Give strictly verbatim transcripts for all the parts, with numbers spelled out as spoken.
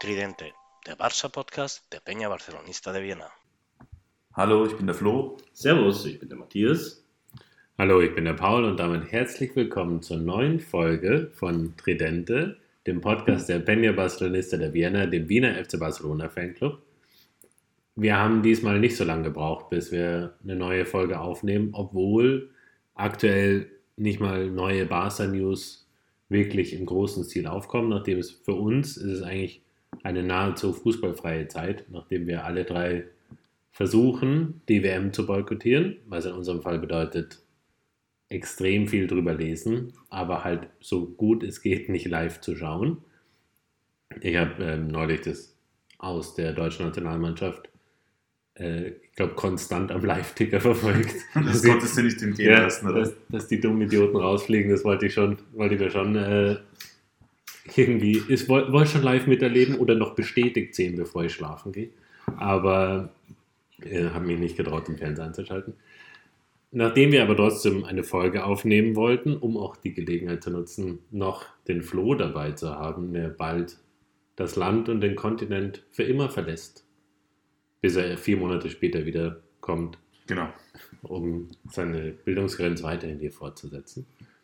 Tridente, der Barça-Podcast der Peña Barcelonista de Viena. Hallo, ich bin der Flo. Servus, ich bin der Matthias. Hallo, ich bin der Paul und damit herzlich willkommen zur neuen Folge von Tridente, dem Podcast der Peña Barcelonista de Viena, dem Wiener F C Barcelona Fanclub. Wir haben diesmal nicht so lange gebraucht, bis wir eine neue Folge aufnehmen, obwohl aktuell nicht mal neue Barca-News wirklich im großen Stil aufkommen, nachdem es für uns ist es eigentlich eine nahezu fußballfreie Zeit, nachdem wir alle drei versuchen, die W M zu boykottieren, was in unserem Fall bedeutet, extrem viel drüber lesen, aber halt so gut es geht nicht live zu schauen. Ich habe ähm, neulich das aus der deutschen Nationalmannschaft äh, ich glaube, konstant am Live-Ticker verfolgt. Das konntest du nicht entgehen ja, lassen, oder? Dass, dass die dummen Idioten rausfliegen, das wollte ich schon, wollte ich mir schon äh, irgendwie, ich wollte wollt schon live miterleben oder noch bestätigt sehen, bevor ich schlafen gehe. Aber äh, habe mich nicht getraut, den Fernseher anzuschalten. Nachdem wir aber trotzdem eine Folge aufnehmen wollten, um auch die Gelegenheit zu nutzen, noch den Flo dabei zu haben, der bald das Land und den Kontinent für immer verlässt, bis er vier Monate später wieder kommt, Genau. um seine Bildungsgrenze weiterhin hier fortzusetzen.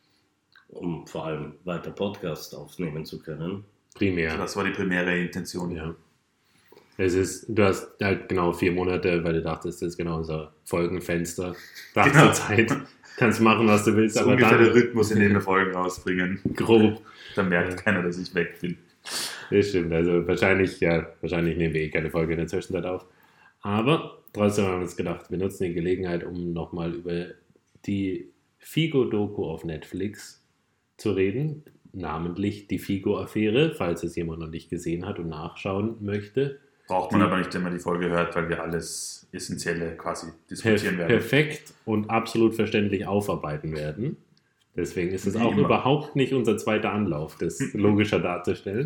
Um vor allem weiter Podcast aufnehmen zu können. Primär. Das war die primäre Intention. Ja. Es ist, du hast halt genau vier Monate, weil du dachtest, das ist genau unser Folgenfenster. Da hast Genau. du Zeit, kannst machen, was du willst, Das ist aber ungefähr dann der Rhythmus, in dem wir Folgen rausbringen. grob. Dann merkt Ja. keiner, dass ich weg bin. Das stimmt, also wahrscheinlich, ja, wahrscheinlich nehmen wir eh keine Folge in der Zwischenzeit auf. Aber trotzdem haben wir uns gedacht, wir nutzen die Gelegenheit, um nochmal über die Figo-Doku auf Netflix zu reden, namentlich die Figo-Affäre, falls es jemand noch nicht gesehen hat und nachschauen möchte. Braucht man Die- aber nicht, wenn man die Folge hört, weil wir alles Essentielle quasi Per- diskutieren werden. perfekt und absolut verständlich aufarbeiten werden. Deswegen ist es Wie auch immer. überhaupt nicht unser zweiter Anlauf, das logischer darzustellen.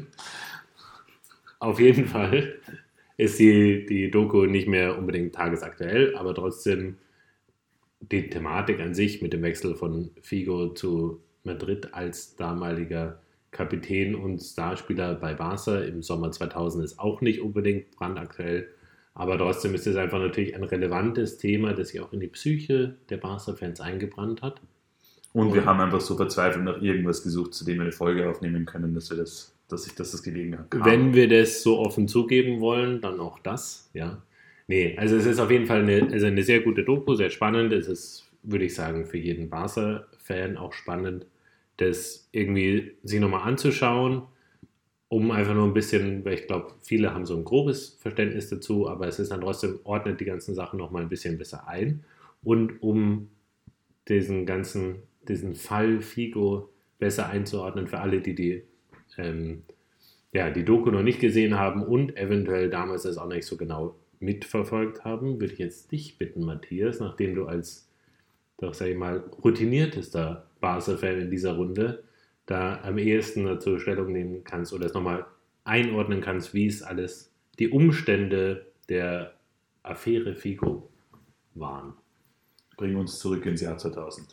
Auf jeden Fall ist die, die Doku nicht mehr unbedingt tagesaktuell, aber trotzdem die Thematik an sich mit dem Wechsel von Figo zu Madrid als damaliger Kapitän und Starspieler bei Barca im Sommer zweitausend ist auch nicht unbedingt brandaktuell, aber trotzdem ist es einfach natürlich ein relevantes Thema, das sich auch in die Psyche der Barca-Fans eingebrannt hat. Und wir haben einfach so verzweifelt nach irgendwas gesucht, zu dem wir eine Folge aufnehmen können, dass wir das, dass sich das, das gelegen hat. Wenn wir das so offen zugeben wollen, dann auch das, ja. Nee, also es ist auf jeden Fall eine, also eine sehr gute Doku, sehr spannend. Es ist, würde ich sagen, für jeden Barca-Fan auch spannend, das irgendwie sich nochmal anzuschauen, um einfach nur ein bisschen, weil ich glaube, viele haben so ein grobes Verständnis dazu, aber es ist dann trotzdem, ordnet die ganzen Sachen nochmal ein bisschen besser ein. Und um diesen ganzen, diesen Fall Figo besser einzuordnen für alle, die die ähm, ja, die Doku noch nicht gesehen haben und eventuell damals das auch nicht so genau mitverfolgt haben, würde ich jetzt dich bitten, Matthias, nachdem du als, doch sag ich mal, routiniertester Barca-Fan in dieser Runde da am ehesten dazu Stellung nehmen kannst oder es nochmal einordnen kannst, wie es alles, die Umstände der Affäre Figo waren. Bringen uns zurück ins Jahr zweitausend.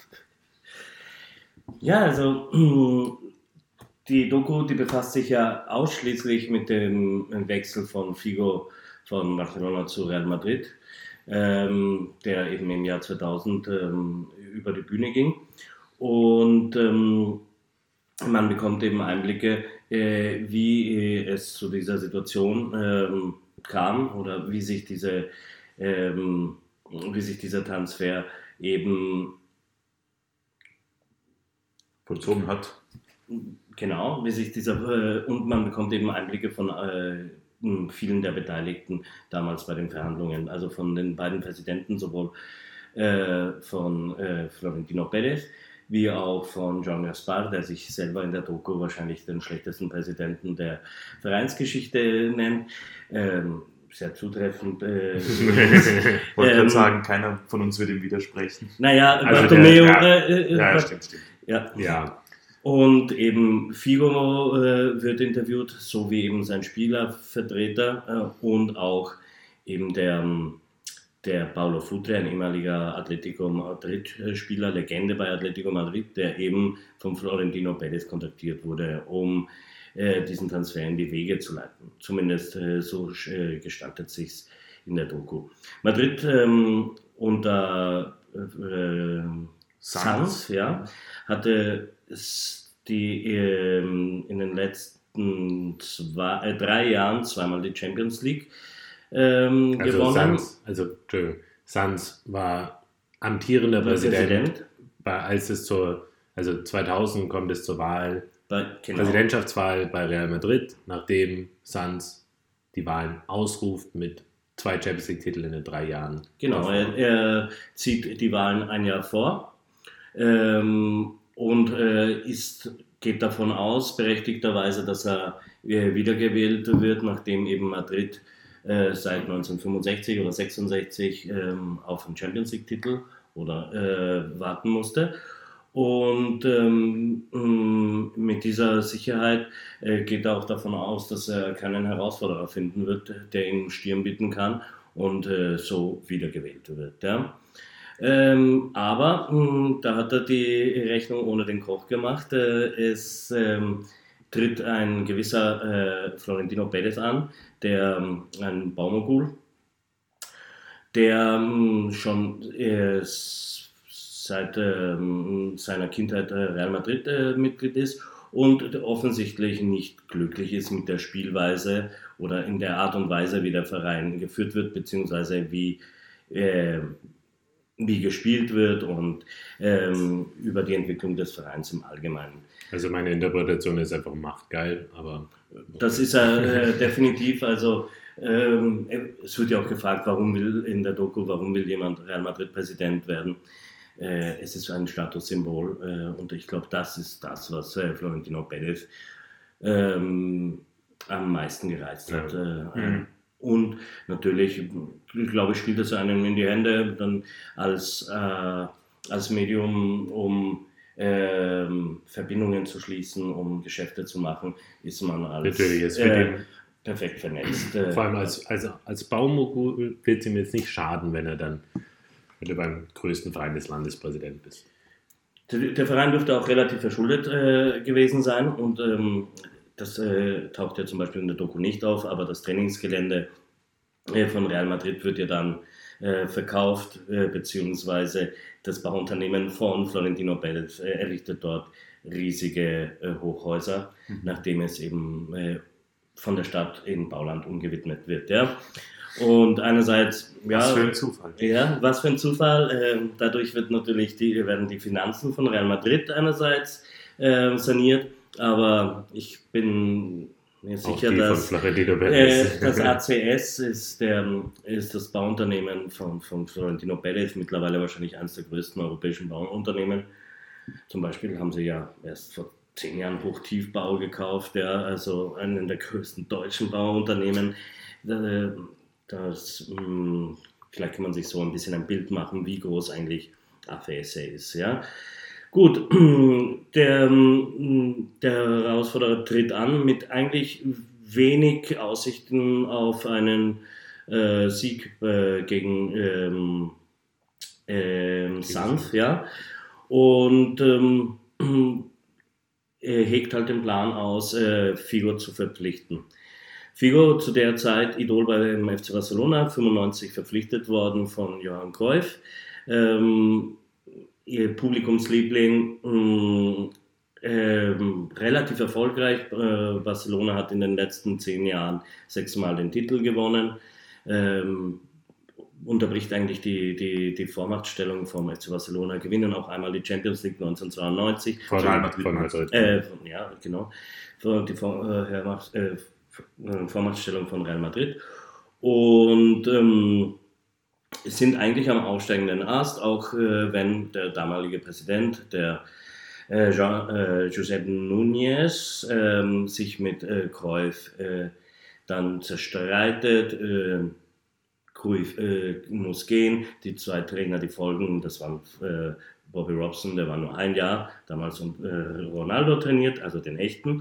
Ja, also die Doku, die befasst sich ja ausschließlich mit dem Wechsel von Figo von Barcelona zu Real Madrid, ähm, der eben im Jahr zweitausend ähm, über die Bühne ging. Und ähm, man bekommt eben Einblicke, äh, wie äh, es zu dieser Situation ähm, kam oder wie sich diese, ähm, wie sich dieser Transfer eben Vollzogen hat. Genau, wie sich dieser, äh, und man bekommt eben Einblicke von äh, vielen der Beteiligten damals bei den Verhandlungen, also von den beiden Präsidenten, sowohl äh, von äh, Florentino Pérez wie auch von Joan Gaspar, der sich selber in der Doku wahrscheinlich den schlechtesten Präsidenten der Vereinsgeschichte nennt. Ähm, sehr zutreffend. Äh, Ich wollte Ähm, gerade sagen, keiner von uns wird ihm widersprechen. naja, Also Bartomeu, der- ja, äh, äh, Ja, Bart- stimmt, stimmt. ja. Ja, Und eben Figo äh, wird interviewt, so wie eben sein Spielervertreter äh, und auch eben der, der Paulo Futre, ein ehemaliger Atletico Madrid-Spieler, Legende bei Atletico Madrid, der eben von Florentino Pérez kontaktiert wurde, um äh, diesen Transfer in die Wege zu leiten. Zumindest äh, so äh, gestaltet sich in der Doku. Madrid ähm, unter äh, Sanz, ja, hatte die ähm, in den letzten zwei, äh, drei Jahren zweimal die Champions League ähm, also gewonnen. Sanz, also Entschuldigung, Sanz war amtierender Präsident, Präsident. Bei, als es zur, also zweitausend kommt es zur Wahl, Bei, genau. Präsidentschaftswahl bei Real Madrid, nachdem Sanz die Wahlen ausruft mit zwei Champions League-Titeln in den drei Jahren. Genau, er, er zieht die Wahlen ein Jahr vor ähm, und äh, ist, geht davon aus, berechtigterweise, dass er äh, wiedergewählt wird, nachdem eben Madrid äh, seit neunzehnhundertfünfundsechzig oder sechsundsechzig ähm, auf einen Champions League-Titel oder äh, warten musste. Und ähm, mit dieser Sicherheit äh, geht er auch davon aus, dass er keinen Herausforderer finden wird, der ihm Stirn bieten kann und äh, so wiedergewählt wird. Ja. Ähm, aber mh, da hat er die Rechnung ohne den Koch gemacht. Äh, es ähm, tritt ein gewisser äh, Florentino Pérez an, der äh, ein Baumogul, der äh, schon äh, seit ähm, seiner Kindheit äh, Real Madrid äh, Mitglied ist und offensichtlich nicht glücklich ist mit der Spielweise oder in der Art und Weise, wie der Verein geführt wird, beziehungsweise wie, äh, wie gespielt wird und ähm, über die Entwicklung des Vereins im Allgemeinen. Also meine Interpretation ist einfach machtgeil, aber... Das ist er äh, definitiv, also ähm, es wird ja auch gefragt, warum will in der Doku, warum will jemand Real Madrid Präsident werden? Es ist ein Statussymbol und ich glaube, das ist das, was Florentino Pérez ähm, am meisten gereizt hat. Ja. Mhm. Und natürlich, glaube ich, spielt es einem in die Hände, dann als, äh, als Medium, um äh, Verbindungen zu schließen, um Geschäfte zu machen, ist man als natürlich, ist für äh, den, perfekt vernetzt. Vor allem als, als, als Baumogul wird es ihm jetzt nicht schaden, wenn er dann wenn du beim größten Verein des Landes Präsident bist. Der, der Verein dürfte auch relativ verschuldet äh, gewesen sein und ähm, das äh, taucht ja zum Beispiel in der Doku nicht auf, aber das Trainingsgelände äh, von Real Madrid wird ja dann äh, verkauft, äh, beziehungsweise das Bauunternehmen von Florentino Pérez äh, errichtet dort riesige äh, Hochhäuser, mhm. nachdem es eben äh, von der Stadt in Bauland umgewidmet wird. Ja. Und einerseits, ja, was für ein Zufall. Ja, was für ein Zufall. Äh, dadurch wird natürlich die, werden die Finanzen von Real Madrid einerseits äh, saniert, aber ich bin mir sicher, dass äh, das A C S ist, der, ist das Bauunternehmen von, von Florentino Pérez, mittlerweile wahrscheinlich eines der größten europäischen Bauunternehmen. Zum Beispiel haben sie ja erst vor zehn Jahren Hochtiefbau gekauft, ja, also einen der größten deutschen Bauunternehmen. Äh, Das, mh, vielleicht kann man sich so ein bisschen ein Bild machen, wie groß eigentlich A F S ist. Ja? Gut, der, der Herausforderer tritt an mit eigentlich wenig Aussichten auf einen äh, Sieg äh, gegen ähm, äh, Sanz. Ja? Und ähm, er hegt halt den Plan aus, äh, Figo zu verpflichten. Figo, zu der Zeit Idol beim F C Barcelona, fünfundneunzig verpflichtet worden von Johann Cruyff. Ähm, ihr Publikumsliebling, mh, ähm, relativ erfolgreich. Äh, Barcelona hat in den letzten zehn Jahren sechsmal den Titel gewonnen. Ähm, unterbricht eigentlich die, die, die Vormachtstellung vom F C Barcelona, gewinnen auch einmal die Champions League neunzehnhundertzweiundneunzig. Von Real Madrid. Von Madrid. Äh, ja, genau. Die Vor, äh, äh, Vormachtstellung von Real Madrid und ähm, sind eigentlich am aufsteigenden Ast, auch äh, wenn der damalige Präsident, der äh, Jean, äh, Josep Núñez, äh, sich mit äh, Cruyff äh, dann zerstreitet. Äh, Cruyff äh, muss gehen, die zwei Trainer, die folgen, das waren äh, Bobby Robson, der war nur ein Jahr, damals und, äh, Ronaldo trainiert, also den echten.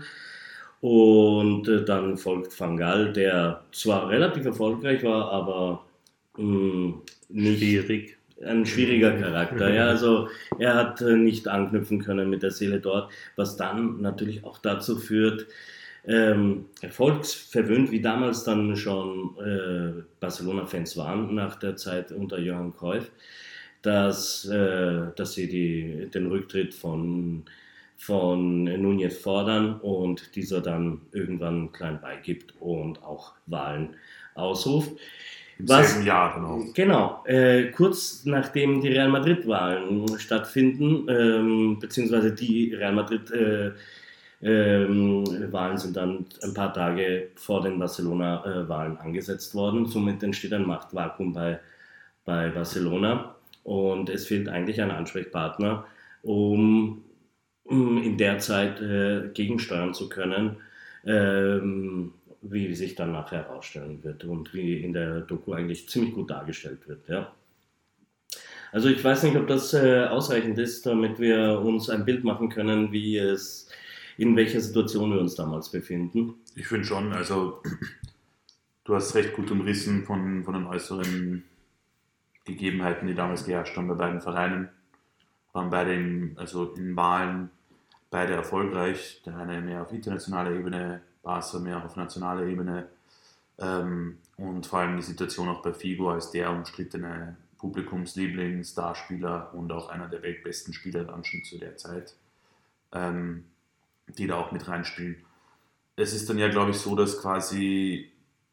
Und äh, dann folgt Van Gaal, der zwar relativ erfolgreich war, aber mh, nicht Schwierig. ein schwieriger Charakter. Ja, also er hat äh, nicht anknüpfen können mit der Seele dort, was dann natürlich auch dazu führt, ähm, erfolgsverwöhnt, wie damals dann schon äh, Barcelona-Fans waren nach der Zeit unter Johann Cruyff, dass, äh, dass sie die, den Rücktritt von, von Núñez fordern und dieser dann irgendwann klein beigibt und auch Wahlen ausruft. Im Was, selben Jahr dann auch. Genau, äh, kurz nachdem die Real Madrid-Wahlen stattfinden, ähm, beziehungsweise die Real Madrid äh, ähm, Wahlen sind dann ein paar Tage vor den Barcelona-Wahlen äh, angesetzt worden. Somit entsteht ein Machtvakuum bei, bei Barcelona und es fehlt eigentlich ein Ansprechpartner, um, um in der Zeit äh, gegensteuern zu können, ähm, wie sich dann nachher herausstellen wird und wie in der Doku eigentlich ziemlich gut dargestellt wird. Ja. Also ich weiß nicht, ob das äh, ausreichend ist, damit wir uns ein Bild machen können, wie es, in welcher Situation wir uns damals befinden. Ich finde schon, also du hast recht gut umrissen von, von den äußeren Gegebenheiten, die damals geherrscht haben bei beiden Vereinen. Waren beide in, also in Wahlen beide erfolgreich, der eine mehr auf internationaler Ebene, Barca mehr auf nationaler Ebene ähm, und vor allem die Situation auch bei Figo als der umstrittene Publikumsliebling, Starspieler und auch einer der weltbesten Spieler dann schon zu der Zeit, ähm, die da auch mit reinspielen. Es ist dann ja, glaube ich, so, dass quasi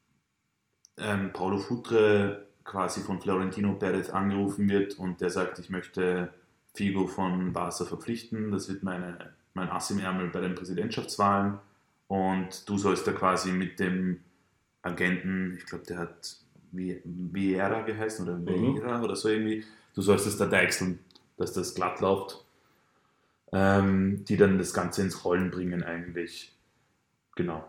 ähm, Paulo Futre quasi von Florentino Pérez angerufen wird und der sagt, ich möchte Figo von Barca verpflichten, das wird meine, mein Ass im Ärmel bei den Präsidentschaftswahlen. Und du sollst da quasi mit dem Agenten, ich glaube, der hat Vieira geheißen oder Vieira mhm. oder so irgendwie, du sollst es da deichseln, dass das glatt läuft, ähm, die dann das Ganze ins Rollen bringen eigentlich. Genau.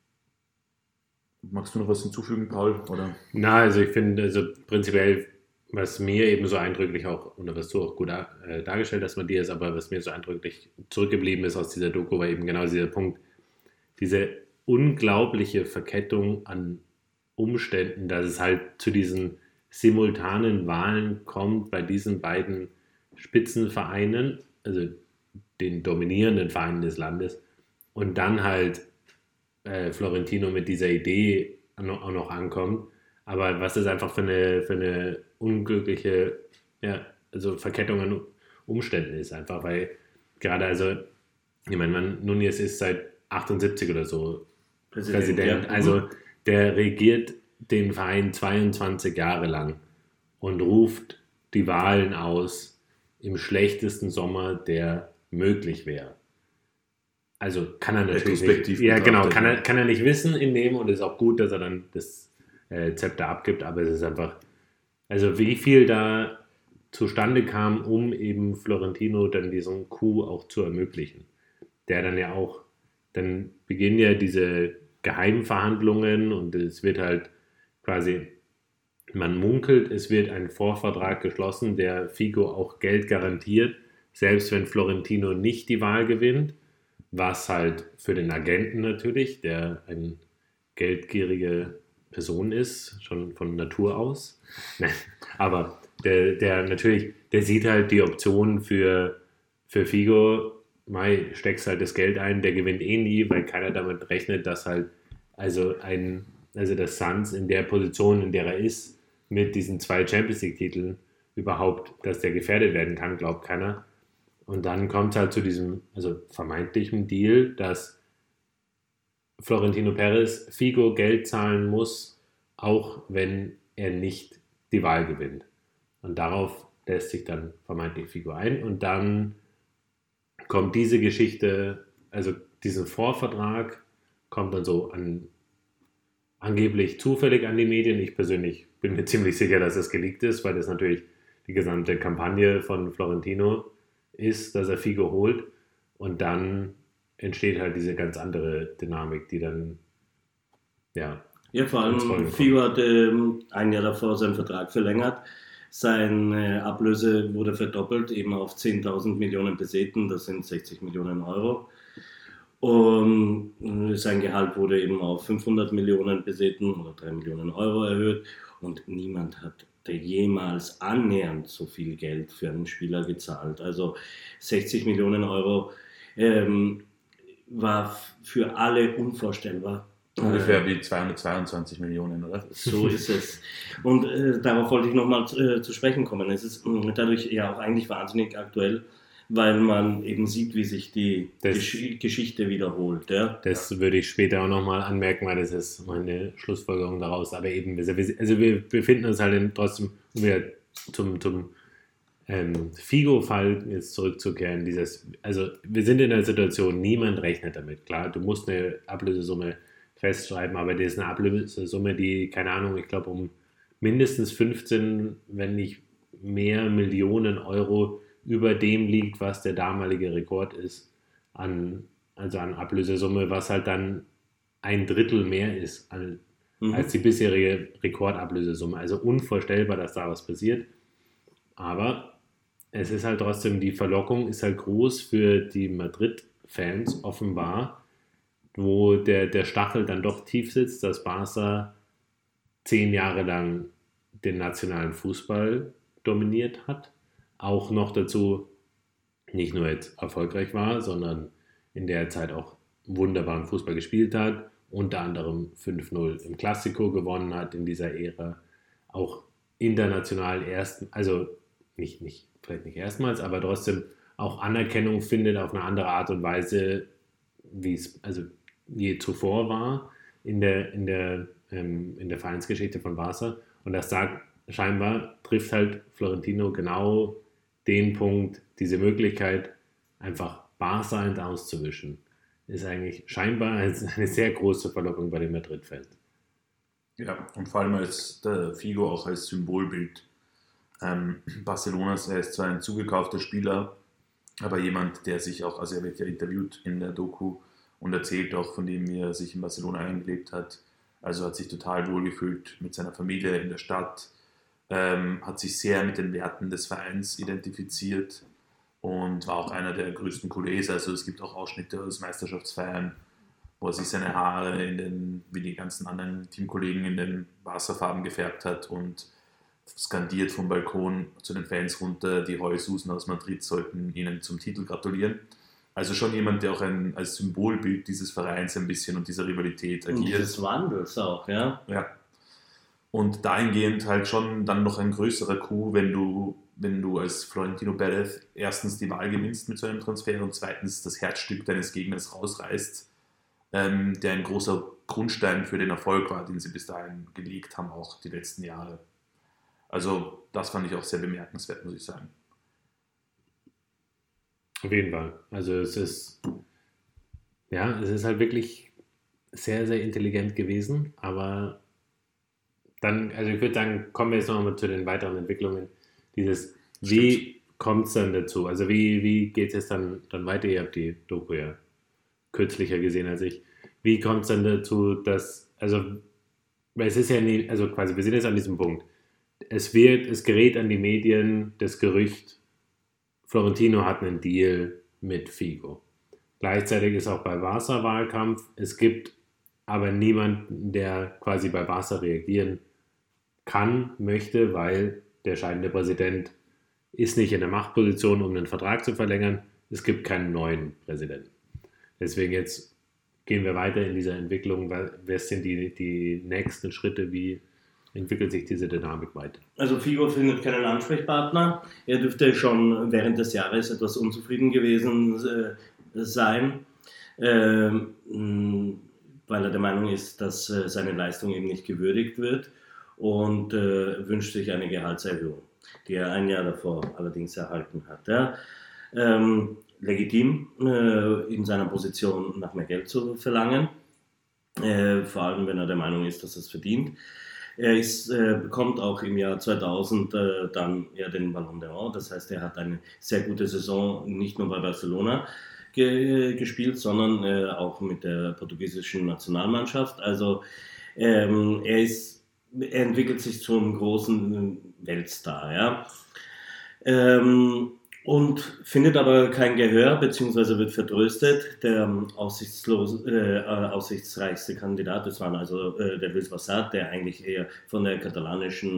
Magst du noch was hinzufügen, Paul? Oder? Na, also ich finde, also prinzipiell, was mir eben so eindrücklich auch, oder was du auch gut äh, dargestellt hast, Matthias, aber was mir so eindrücklich zurückgeblieben ist aus dieser Doku, war eben genau dieser Punkt, diese unglaubliche Verkettung an Umständen, dass es halt zu diesen simultanen Wahlen kommt bei diesen beiden Spitzenvereinen, also den dominierenden Vereinen des Landes, und dann halt äh, Florentino mit dieser Idee auch noch ankommt. Aber was das einfach für eine, für eine unglückliche ja, also Verkettung an Umständen ist, einfach, weil gerade, also, ich meine, man, Núñez ist seit achtundsiebzig oder so Präsident. Präsident. Ja. Also der regiert den Verein zweiundzwanzig Jahre lang und ruft die Wahlen aus im schlechtesten Sommer, der möglich wäre. Also kann er natürlich nicht, ja, genau, kann er, kann er nicht wissen in dem, und es ist auch gut, dass er dann das äh, Zepter abgibt, aber es ist einfach, also wie viel da zustande kam, um eben Florentino dann diesen Coup auch zu ermöglichen, der dann ja auch, dann beginnen ja diese Geheimverhandlungen und es wird halt quasi, man munkelt, es wird ein Vorvertrag geschlossen, der Figo auch Geld garantiert, selbst wenn Florentino nicht die Wahl gewinnt, was halt für den Agenten natürlich, der eine geldgierige Person ist, schon von Natur aus, aber der, der natürlich, der sieht halt die Option für, für Figo, Mai, steckst halt das Geld ein, der gewinnt eh nie, weil keiner damit rechnet, dass halt, also ein, also das Suns in der Position, in der er ist, mit diesen zwei Champions League-Titeln überhaupt, dass der gefährdet werden kann, glaubt keiner. Und dann kommt es halt zu diesem, also vermeintlichen Deal, dass Florentino Pérez Figo Geld zahlen muss, auch wenn er nicht die Wahl gewinnt. Und darauf lässt sich dann vermeintlich Figo ein und dann kommt diese Geschichte, also diesen Vorvertrag kommt dann so an, angeblich zufällig an die Medien. Ich persönlich bin mir ziemlich sicher, dass es geleakt ist, weil das natürlich die gesamte Kampagne von Florentino ist, dass er Figo holt, und dann entsteht halt diese ganz andere Dynamik, die dann ja... Ja, vor allem Figo hat ähm, ein Jahr davor seinen Vertrag verlängert. Seine Ablöse wurde verdoppelt, eben auf zehntausend Millionen Peseten, das sind sechzig Millionen Euro. Und sein Gehalt wurde eben auf fünfhundert Millionen Peseten oder drei Millionen Euro erhöht. Und niemand hat hätte jemals annähernd so viel Geld für einen Spieler gezahlt. Also sechzig Millionen Euro ähm, war für alle unvorstellbar. Ungefähr wie zweihundertzweiundzwanzig Millionen, oder? So ist es. Und äh, darauf wollte ich nochmal äh, zu sprechen kommen. Es ist mh, dadurch ja auch eigentlich wahnsinnig aktuell, weil man eben sieht, wie sich die Das- Gesch- Geschichte wiederholt. Ja? Das würde ich später auch nochmal anmerken, weil das ist meine Schlussfolgerung daraus. Aber eben, also wir, also wir befinden uns halt in, trotzdem, um wieder zum, zum ähm, Figo-Fall jetzt zurückzukehren. Dieses, also wir sind in einer Situation, niemand rechnet damit. Klar, du musst eine Ablösesumme festschreiben, aber das ist eine Ablösesumme, die, keine Ahnung, ich glaube um mindestens fünfzehn, wenn nicht mehr Millionen Euro über dem liegt, was der damalige Rekord ist, an, also an Ablösesumme, was halt dann ein Drittel mehr ist an, Mhm. als die bisherige Rekordablösesumme. Also unvorstellbar, dass da was passiert. Aber es ist halt trotzdem, die Verlockung ist halt groß für die Madrid-Fans offenbar, wo der, der Stachel dann doch tief sitzt, dass Barca zehn Jahre lang den nationalen Fußball dominiert hat, auch noch dazu nicht nur jetzt erfolgreich war, sondern in der Zeit auch wunderbaren Fußball gespielt hat, unter anderem fünf null im Clasico gewonnen hat in dieser Ära, auch international erst, also nicht, nicht, vielleicht nicht erstmals, aber trotzdem auch Anerkennung findet auf eine andere Art und Weise, wie es also je zuvor war in der, in der, ähm, in der Vereinsgeschichte von Barca. Und das sagt, scheinbar trifft halt Florentino genau den Punkt, diese Möglichkeit, einfach Barca ins Auszuwischen, ist eigentlich scheinbar eine sehr große Verlockung bei den Madrid-Fans. Ja, und vor allem als der Figo auch als Symbolbild ähm, Barcelonas. Er ist zwar ein zugekaufter Spieler, aber jemand, der sich auch, also er wird ja interviewt in der Doku und erzählt auch von dem, wie er sich in Barcelona eingelebt hat. Also hat sich total wohlgefühlt mit seiner Familie in der Stadt, ähm, hat sich sehr mit den Werten des Vereins identifiziert und war auch einer der größten Coulés. Also es gibt auch Ausschnitte aus Meisterschaftsfeiern, wo er sich seine Haare in den, wie die ganzen anderen Teamkollegen, in den Barca-Farben gefärbt hat und skandiert vom Balkon zu den Fans runter, die Heulsusen aus Madrid sollten ihnen zum Titel gratulieren. Also schon jemand, der auch ein, als Symbolbild dieses Vereins ein bisschen und dieser Rivalität Und agiert. dieses Wandels auch, ja. Ja. Und dahingehend halt schon dann noch ein größerer Coup, wenn du, wenn du als Florentino Pérez erstens die Wahl gewinnst mit so einem Transfer und zweitens das Herzstück deines Gegners rausreißt, ähm, der ein großer Grundstein für den Erfolg war, den sie bis dahin gelegt haben, auch die letzten Jahre. Also das fand ich auch sehr bemerkenswert, muss ich sagen. Auf jeden Fall. Also es ist, ja, es ist halt wirklich sehr, sehr intelligent gewesen, aber dann, also ich würde sagen, kommen wir jetzt nochmal zu den weiteren Entwicklungen. Dieses, wie kommt es dann dazu? Also wie, wie geht es dann, dann weiter? Ihr habt die Doku ja kürzlicher gesehen als ich. Wie kommt es dann dazu, dass, also, weil es ist ja nie, also quasi, wir sind jetzt an diesem Punkt. Es wird, es gerät an die Medien das Gerücht, Florentino hat einen Deal mit Figo. Gleichzeitig ist auch bei Barca Wahlkampf. Es gibt aber niemanden, der quasi bei Barca reagieren kann, möchte, weil der scheidende Präsident ist nicht in der Machtposition, um einen Vertrag zu verlängern. Es gibt keinen neuen Präsidenten. Deswegen jetzt gehen wir weiter in dieser Entwicklung. Was sind die, die nächsten Schritte? Wie entwickelt sich diese Dynamik weiter? Also Figo findet keinen Ansprechpartner. Er dürfte schon während des Jahres etwas unzufrieden gewesen äh, sein, äh, mh, weil er der Meinung ist, dass äh, seine Leistung eben nicht gewürdigt wird und äh, wünscht sich eine Gehaltserhöhung, die er ein Jahr davor allerdings erhalten hat. Ja. Ähm, legitim, äh, in seiner Position nach mehr Geld zu verlangen, äh, vor allem wenn er der Meinung ist, dass er es verdient. Er ist, äh, bekommt auch im Jahr zweitausend äh, dann ja den Ballon d'Or, das heißt, er hat eine sehr gute Saison nicht nur bei Barcelona ge- gespielt, sondern äh, auch mit der portugiesischen Nationalmannschaft. Also ähm, er, ist, er entwickelt sich zum großen Weltstar, ja. Ähm, und findet aber kein Gehör, beziehungsweise wird vertröstet. Der ähm, aussichtslos, äh, aussichtsreichste Kandidat, das war also äh, der Luis Vassat, der eigentlich eher von der katalanischen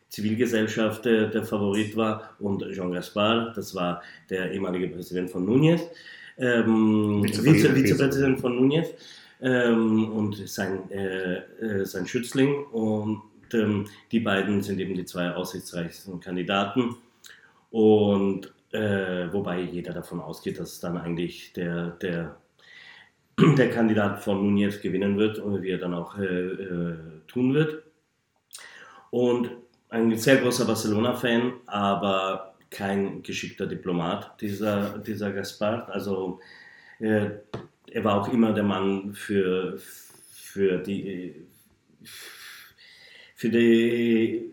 Zivilgesellschaft der, der Favorit war, und Jean Gaspard, das war der ehemalige Präsident von Núñez, ähm, Vize, Vizepräsident von Núñez ähm, und sein, äh, äh, sein Schützling, und ähm, die beiden sind eben die zwei aussichtsreichsten Kandidaten, und äh, wobei jeder davon ausgeht, dass dann eigentlich der, der, der Kandidat von Núñez gewinnen wird, und wie er dann auch äh, äh, tun wird. Und ein sehr großer Barcelona-Fan, aber kein geschickter Diplomat, dieser, dieser Gaspard. Also äh, er war auch immer der Mann für, für die für die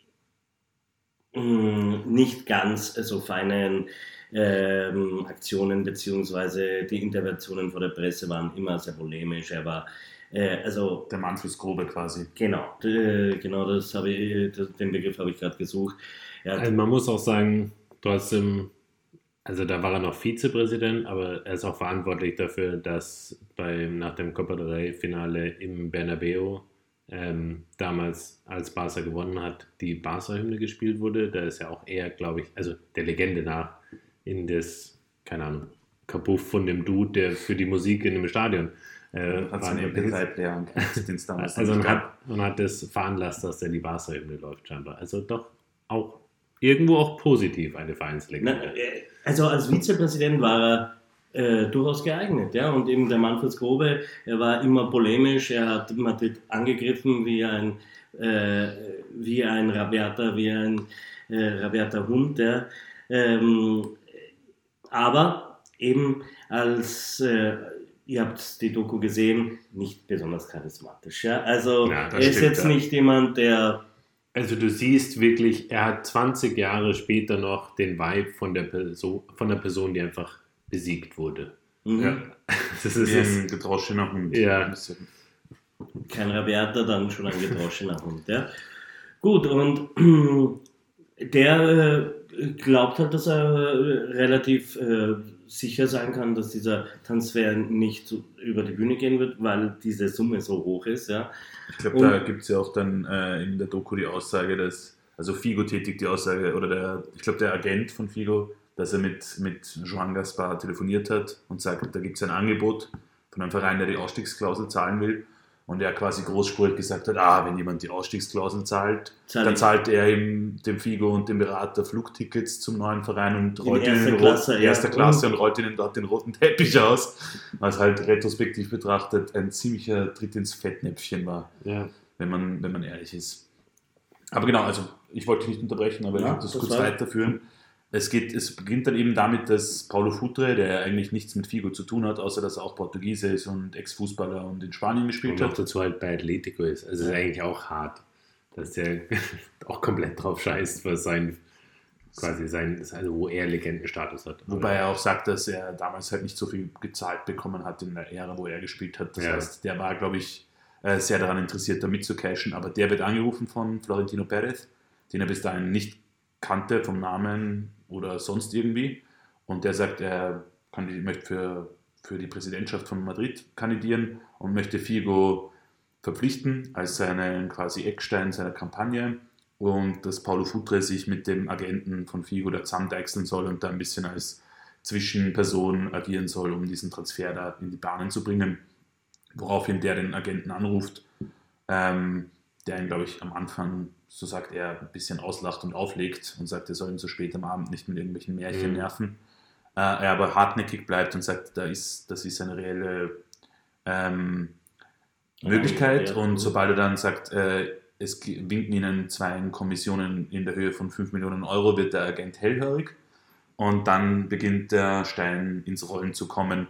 mh, nicht ganz so feinen ähm, Aktionen, beziehungsweise die Interventionen vor der Presse waren immer sehr polemisch. Er war äh, also Der Mann fürs Grobe quasi. Genau, äh, genau das habe ich, das, den Begriff habe ich gerade gesucht. Er hat, Also man muss auch sagen, trotzdem, also da war er noch Vizepräsident, aber er ist auch verantwortlich dafür, dass beim, nach dem Copa del Rey-Finale im Bernabeu ähm, damals, als Barca gewonnen hat, die Barca-Hymne gespielt wurde. Da ist ja auch er, glaube ich, also der Legende nach, in das, keine Ahnung, Kabuff von dem Dude, der für die Musik in dem Stadion äh, Hat seinen M P drei Player und den es damals also nicht man gab. hat, man hat das veranlasst, dass dann die Barca-Hymne läuft scheinbar. Also doch auch irgendwo auch positiv eine Vereinslegende. na, äh, also als Vizepräsident war er äh, durchaus geeignet, ja, und eben der Mann fürs Grobe, er war immer polemisch, er hat Madrid angegriffen wie ein äh, wie ein rabiater, wie ein äh, rabiater Hund, ja. Ähm, aber eben als äh, ihr habt die Doku gesehen, nicht besonders charismatisch. Ja? Also Ja, das er ist stimmt, jetzt ja. nicht jemand, der... Also du siehst wirklich, er hat zwanzig Jahre später noch den Vibe von der Person, von der Person, die einfach besiegt wurde. Mhm. Ja. Das ist Wie es. ein gedroschener Hund. Ja. Ein bisschen. Kein Rabiater, dann schon ein gedroschener Hund. Ja? Gut, und der äh, glaubt halt, dass er äh, relativ äh, sicher sein kann, dass dieser Transfer nicht so über die Bühne gehen wird, weil diese Summe so hoch ist. Ja? Ich glaube, Und- da gibt es ja auch dann äh, in der Doku die Aussage, dass, also Figo tätigt die Aussage, oder der, ich glaube, der Agent von Figo, dass er mit, mit Joan Gaspard telefoniert hat und sagt, da gibt es ein Angebot von einem Verein, der die Ausstiegsklausel zahlen will. Und er quasi großspurig gesagt hat, ah, wenn jemand die Ausstiegsklausel zahlt, Zahl dann ich. zahlt er ihm, dem Figo und dem Berater Flugtickets zum neuen Verein und In rollt ihn erster in Klasse, Rot, ja. erster Klasse und rollt ihnen dort den roten Teppich aus, was halt retrospektiv betrachtet ein ziemlicher Tritt ins Fettnäpfchen war, Ja. wenn man, wenn man ehrlich ist. Aber genau, also ich wollte dich nicht unterbrechen, aber Ja, ich würde das das kurz war- weiterführen. Es, geht, es beginnt dann eben damit, dass Paulo Futre, der ja eigentlich nichts mit Figo zu tun hat, außer dass er auch Portugiese ist und Ex-Fußballer und in Spanien gespielt Und noch hat. dazu halt bei Atletico ist. Also es ist eigentlich auch hart, dass der auch komplett drauf scheißt, was sein, quasi sein, also wo er Legendenstatus hat. Wobei er auch sagt, dass er damals halt nicht so viel gezahlt bekommen hat in der Ära, wo er gespielt hat. Das Ja. heißt, der war, glaube ich, äh, sehr daran interessiert, da mitzucashen. Aber der wird angerufen von Florentino Pérez, den er bis dahin nicht kannte vom Namen oder sonst irgendwie. Und der sagt, er kandi- möchte für, für die Präsidentschaft von Madrid kandidieren und möchte Figo verpflichten als seinen quasi Eckstein seiner Kampagne. Und dass Paulo Futre sich mit dem Agenten von Figo da zusammendeichseln soll und da ein bisschen als Zwischenperson agieren soll, um diesen Transfer da in die Bahnen zu bringen. Woraufhin der den Agenten anruft, ähm, der ihn, glaube ich, am Anfang, so sagt er, ein bisschen auslacht und auflegt und sagt, er soll ihn so spät am Abend nicht mit irgendwelchen Märchen Mhm. nerven. Äh, er aber hartnäckig bleibt und sagt, da ist, das ist eine reelle ähm, Möglichkeit. Ja. Und sobald er dann sagt, äh, es g- winken ihnen zwei Kommissionen in der Höhe von fünf Millionen Euro, wird der Agent hellhörig. Und dann beginnt der Stein ins Rollen zu kommen.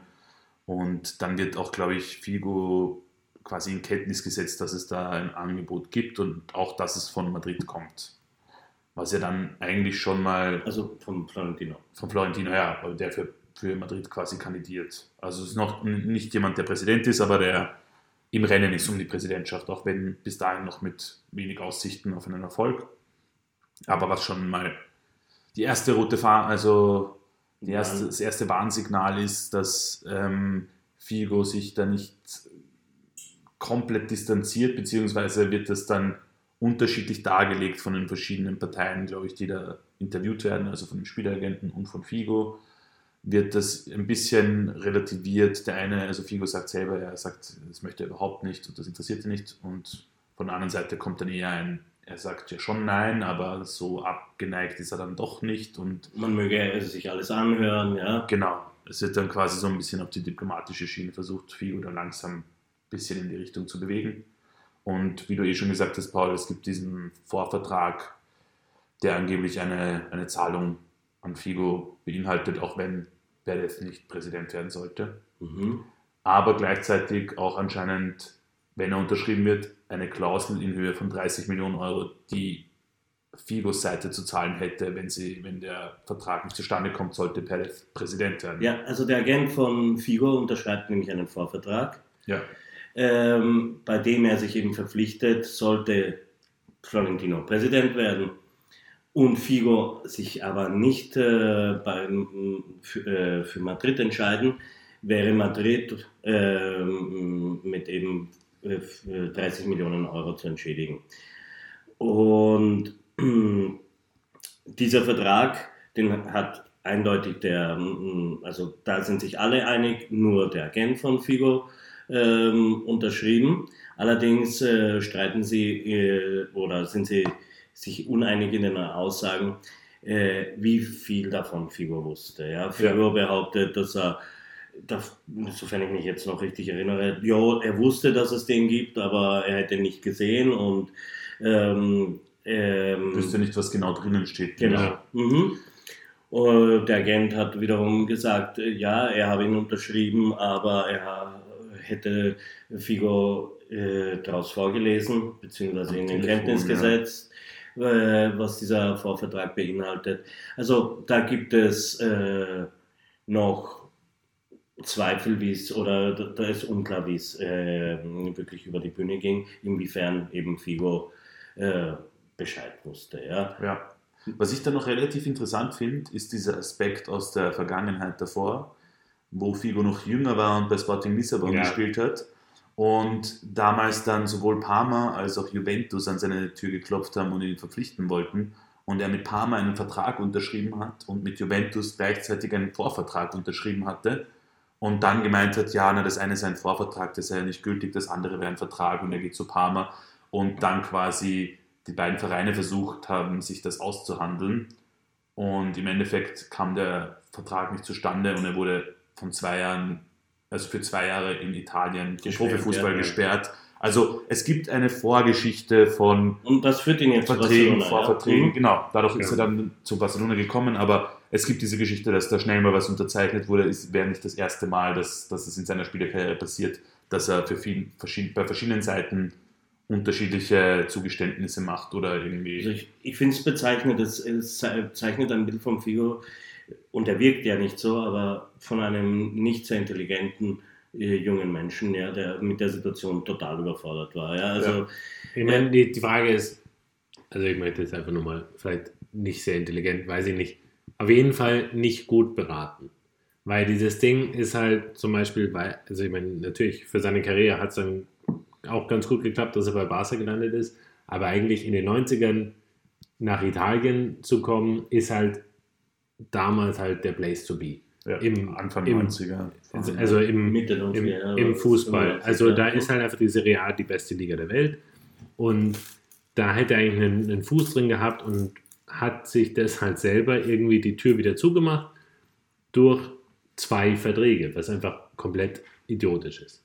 Und dann wird auch, glaube ich, Figo quasi in Kenntnis gesetzt, dass es da ein Angebot gibt und auch, dass es von Madrid kommt. Was ja dann eigentlich schon mal Also von Florentino. von Florentino, ja, aber der für, für Madrid quasi kandidiert. Also es ist noch n- nicht jemand, der Präsident ist, aber der im Rennen ist um die Präsidentschaft, auch wenn bis dahin noch mit wenig Aussichten auf einen Erfolg. Aber was schon mal die erste rote Fahne, also die erste, das erste Warnsignal ist, dass ähm, Figo sich da nicht komplett distanziert, beziehungsweise wird das dann unterschiedlich dargelegt von den verschiedenen Parteien, glaube ich, die da interviewt werden, also von den Spieleragenten und von Figo, wird das ein bisschen relativiert. Der eine, also Figo sagt selber, er sagt, das möchte er überhaupt nicht und das interessiert ihn nicht. Und von der anderen Seite kommt dann eher ein, er sagt ja schon nein, aber so abgeneigt ist er dann doch nicht. Und man möge also sich alles anhören, ja. genau, es wird dann quasi so ein bisschen auf die diplomatische Schiene versucht, Figo dann langsam ein bisschen in die Richtung zu bewegen. Und wie du eh schon gesagt hast, Paul, es gibt diesen Vorvertrag, der angeblich eine, eine Zahlung an Figo beinhaltet, auch wenn Pérez nicht Präsident werden sollte. Mhm. Aber gleichzeitig auch anscheinend, wenn er unterschrieben wird, eine Klausel in Höhe von dreißig Millionen Euro, die Figos Seite zu zahlen hätte, wenn, sie, wenn der Vertrag nicht zustande kommt, sollte Pérez Präsident werden. Ja, also der Agent von Figo unterschreibt nämlich einen Vorvertrag, Ja. ähm, bei dem er sich eben verpflichtet, sollte Florentino Präsident werden und Figo sich aber nicht äh, bei, für, äh, für Madrid entscheiden, wäre Madrid äh, mit eben äh, dreißig Millionen Euro zu entschädigen. Und äh, dieser Vertrag, den hat eindeutig der, also da sind sich alle einig, nur der Agent von Figo äh, unterschrieben. Allerdings äh, streiten sie äh, oder sind sie sich uneinig in den Aussagen, äh, wie viel davon Figo wusste. Ja? Figo ja. behauptet, dass er, das, sofern ich mich jetzt noch richtig erinnere, ja, er wusste, dass es den gibt, aber er hätte nicht gesehen und ähm, ähm, wüsste nicht, was genau drinnen steht. Genau. Mhm. Und der Agent hat wiederum gesagt, ja, er habe ihn unterschrieben, aber er hätte Figo äh, daraus vorgelesen, beziehungsweise ihn in Kenntnis ja. gesetzt, was dieser Vorvertrag beinhaltet. Also da gibt es äh, noch Zweifel, wie es, oder da, da ist unklar, wie es äh, wirklich über die Bühne ging, inwiefern eben Figo äh, Bescheid wusste. Ja. Ja. Was ich da noch relativ interessant finde, ist dieser Aspekt aus der Vergangenheit davor, wo Figo noch jünger war und bei Sporting Lissabon ja. gespielt hat. Und damals dann sowohl Parma als auch Juventus an seine Tür geklopft haben und ihn verpflichten wollten. Und er mit Parma einen Vertrag unterschrieben hat und mit Juventus gleichzeitig einen Vorvertrag unterschrieben hatte. Und dann gemeint hat, ja, na, das eine ist ein Vorvertrag, das sei ja nicht gültig, das andere wäre ein Vertrag und er geht zu Parma. Und dann quasi die beiden Vereine versucht haben, sich das auszuhandeln. Und im Endeffekt kam der Vertrag nicht zustande und er wurde von zwei Jahren also für zwei Jahre in Italien den Profifußball ja, gesperrt. Also es gibt eine Vorgeschichte von und das führt ihn jetzt Verträgen, Barcelona, Vorverträgen. Ja. Genau, dadurch ja. ist er dann zu Barcelona gekommen, aber es gibt diese Geschichte, dass da schnell mal was unterzeichnet wurde. Es wäre nicht das erste Mal, dass, dass es in seiner Spielerkarriere passiert, dass er für viel, bei verschiedenen Seiten unterschiedliche Zugeständnisse macht oder irgendwie... Also ich ich finde es bezeichnend, es zeichnet ein Bild von Figo. Und er wirkt ja nicht so, aber von einem nicht sehr intelligenten äh, jungen Menschen, ja, der mit der Situation total überfordert war. Ja, also, ja. Ich meine, die, die Frage ist, also ich möchte jetzt einfach nur mal, vielleicht nicht sehr intelligent, weiß ich nicht, auf jeden Fall nicht gut beraten. Weil dieses Ding ist halt zum Beispiel bei, also ich meine, natürlich für seine Karriere hat es dann auch ganz gut geklappt, dass er bei Barca gelandet ist, aber eigentlich in den neunzigern nach Italien zu kommen, ist halt damals halt der Place to be. Ja, Im, Anfang im, neunziger. Also im, Mitte im, neunziger, im Fußball. Also ja. da ist halt einfach die Serie A die beste Liga der Welt. Und da hätte er eigentlich einen, einen Fuß drin gehabt und hat sich das halt selber irgendwie die Tür wieder zugemacht durch zwei Verträge, was einfach komplett idiotisch ist.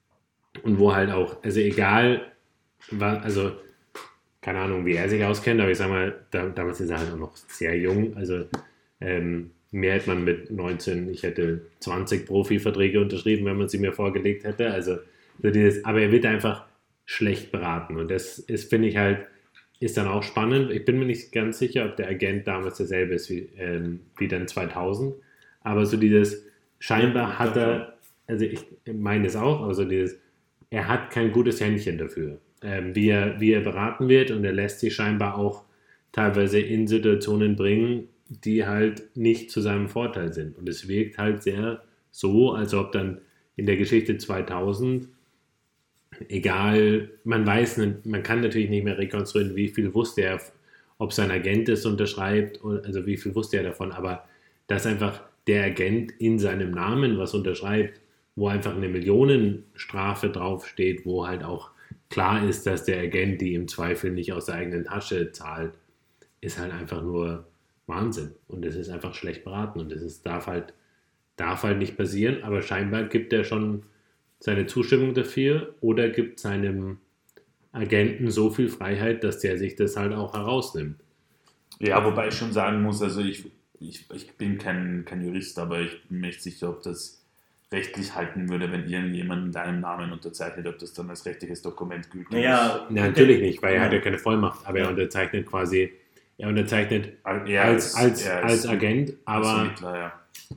Und wo halt auch, also egal, war, also keine Ahnung, wie er sich auskennt, aber ich sag mal, da, damals ist er halt auch noch sehr jung, also ähm, mehr hätte man mit neunzehn, ich hätte zwanzig Profiverträge unterschrieben, wenn man sie mir vorgelegt hätte, also, also dieses, aber er wird einfach schlecht beraten und das ist, finde ich halt, ist dann auch spannend. Ich bin mir nicht ganz sicher, ob der Agent damals derselbe ist wie, ähm, wie dann zweitausend, aber so dieses, scheinbar hat er, also ich meine es auch, also dieses, er hat kein gutes Händchen dafür, ähm, wie, er, wie er beraten wird und er lässt sich scheinbar auch teilweise in Situationen bringen, die halt nicht zu seinem Vorteil sind. Und es wirkt halt sehr so, als ob dann in der Geschichte zweitausend egal, man weiß, nicht, man kann natürlich nicht mehr rekonstruieren, wie viel wusste er, ob sein Agent es unterschreibt, also wie viel wusste er davon, aber dass einfach der Agent in seinem Namen was unterschreibt, wo einfach eine Millionenstrafe draufsteht, wo halt auch klar ist, dass der Agent die im Zweifel nicht aus der eigenen Tasche zahlt, ist halt einfach nur Wahnsinn. Und es ist einfach schlecht beraten und es darf halt, darf halt nicht passieren, aber scheinbar gibt er schon seine Zustimmung dafür oder gibt seinem Agenten so viel Freiheit, dass der sich das halt auch herausnimmt. Ja, wobei ich schon sagen muss, also ich, ich, ich bin kein, kein Jurist, aber ich bin mir nicht sicher, ob das rechtlich halten würde, wenn irgendjemand in deinem Namen unterzeichnet, ob das dann als rechtliches Dokument gültig Naja, ist. Ja, natürlich nicht, weil er hat ja keine Vollmacht, aber er unterzeichnet quasi, er unterzeichnet Er als, als, er als Agent, aber als Vermittler, ja.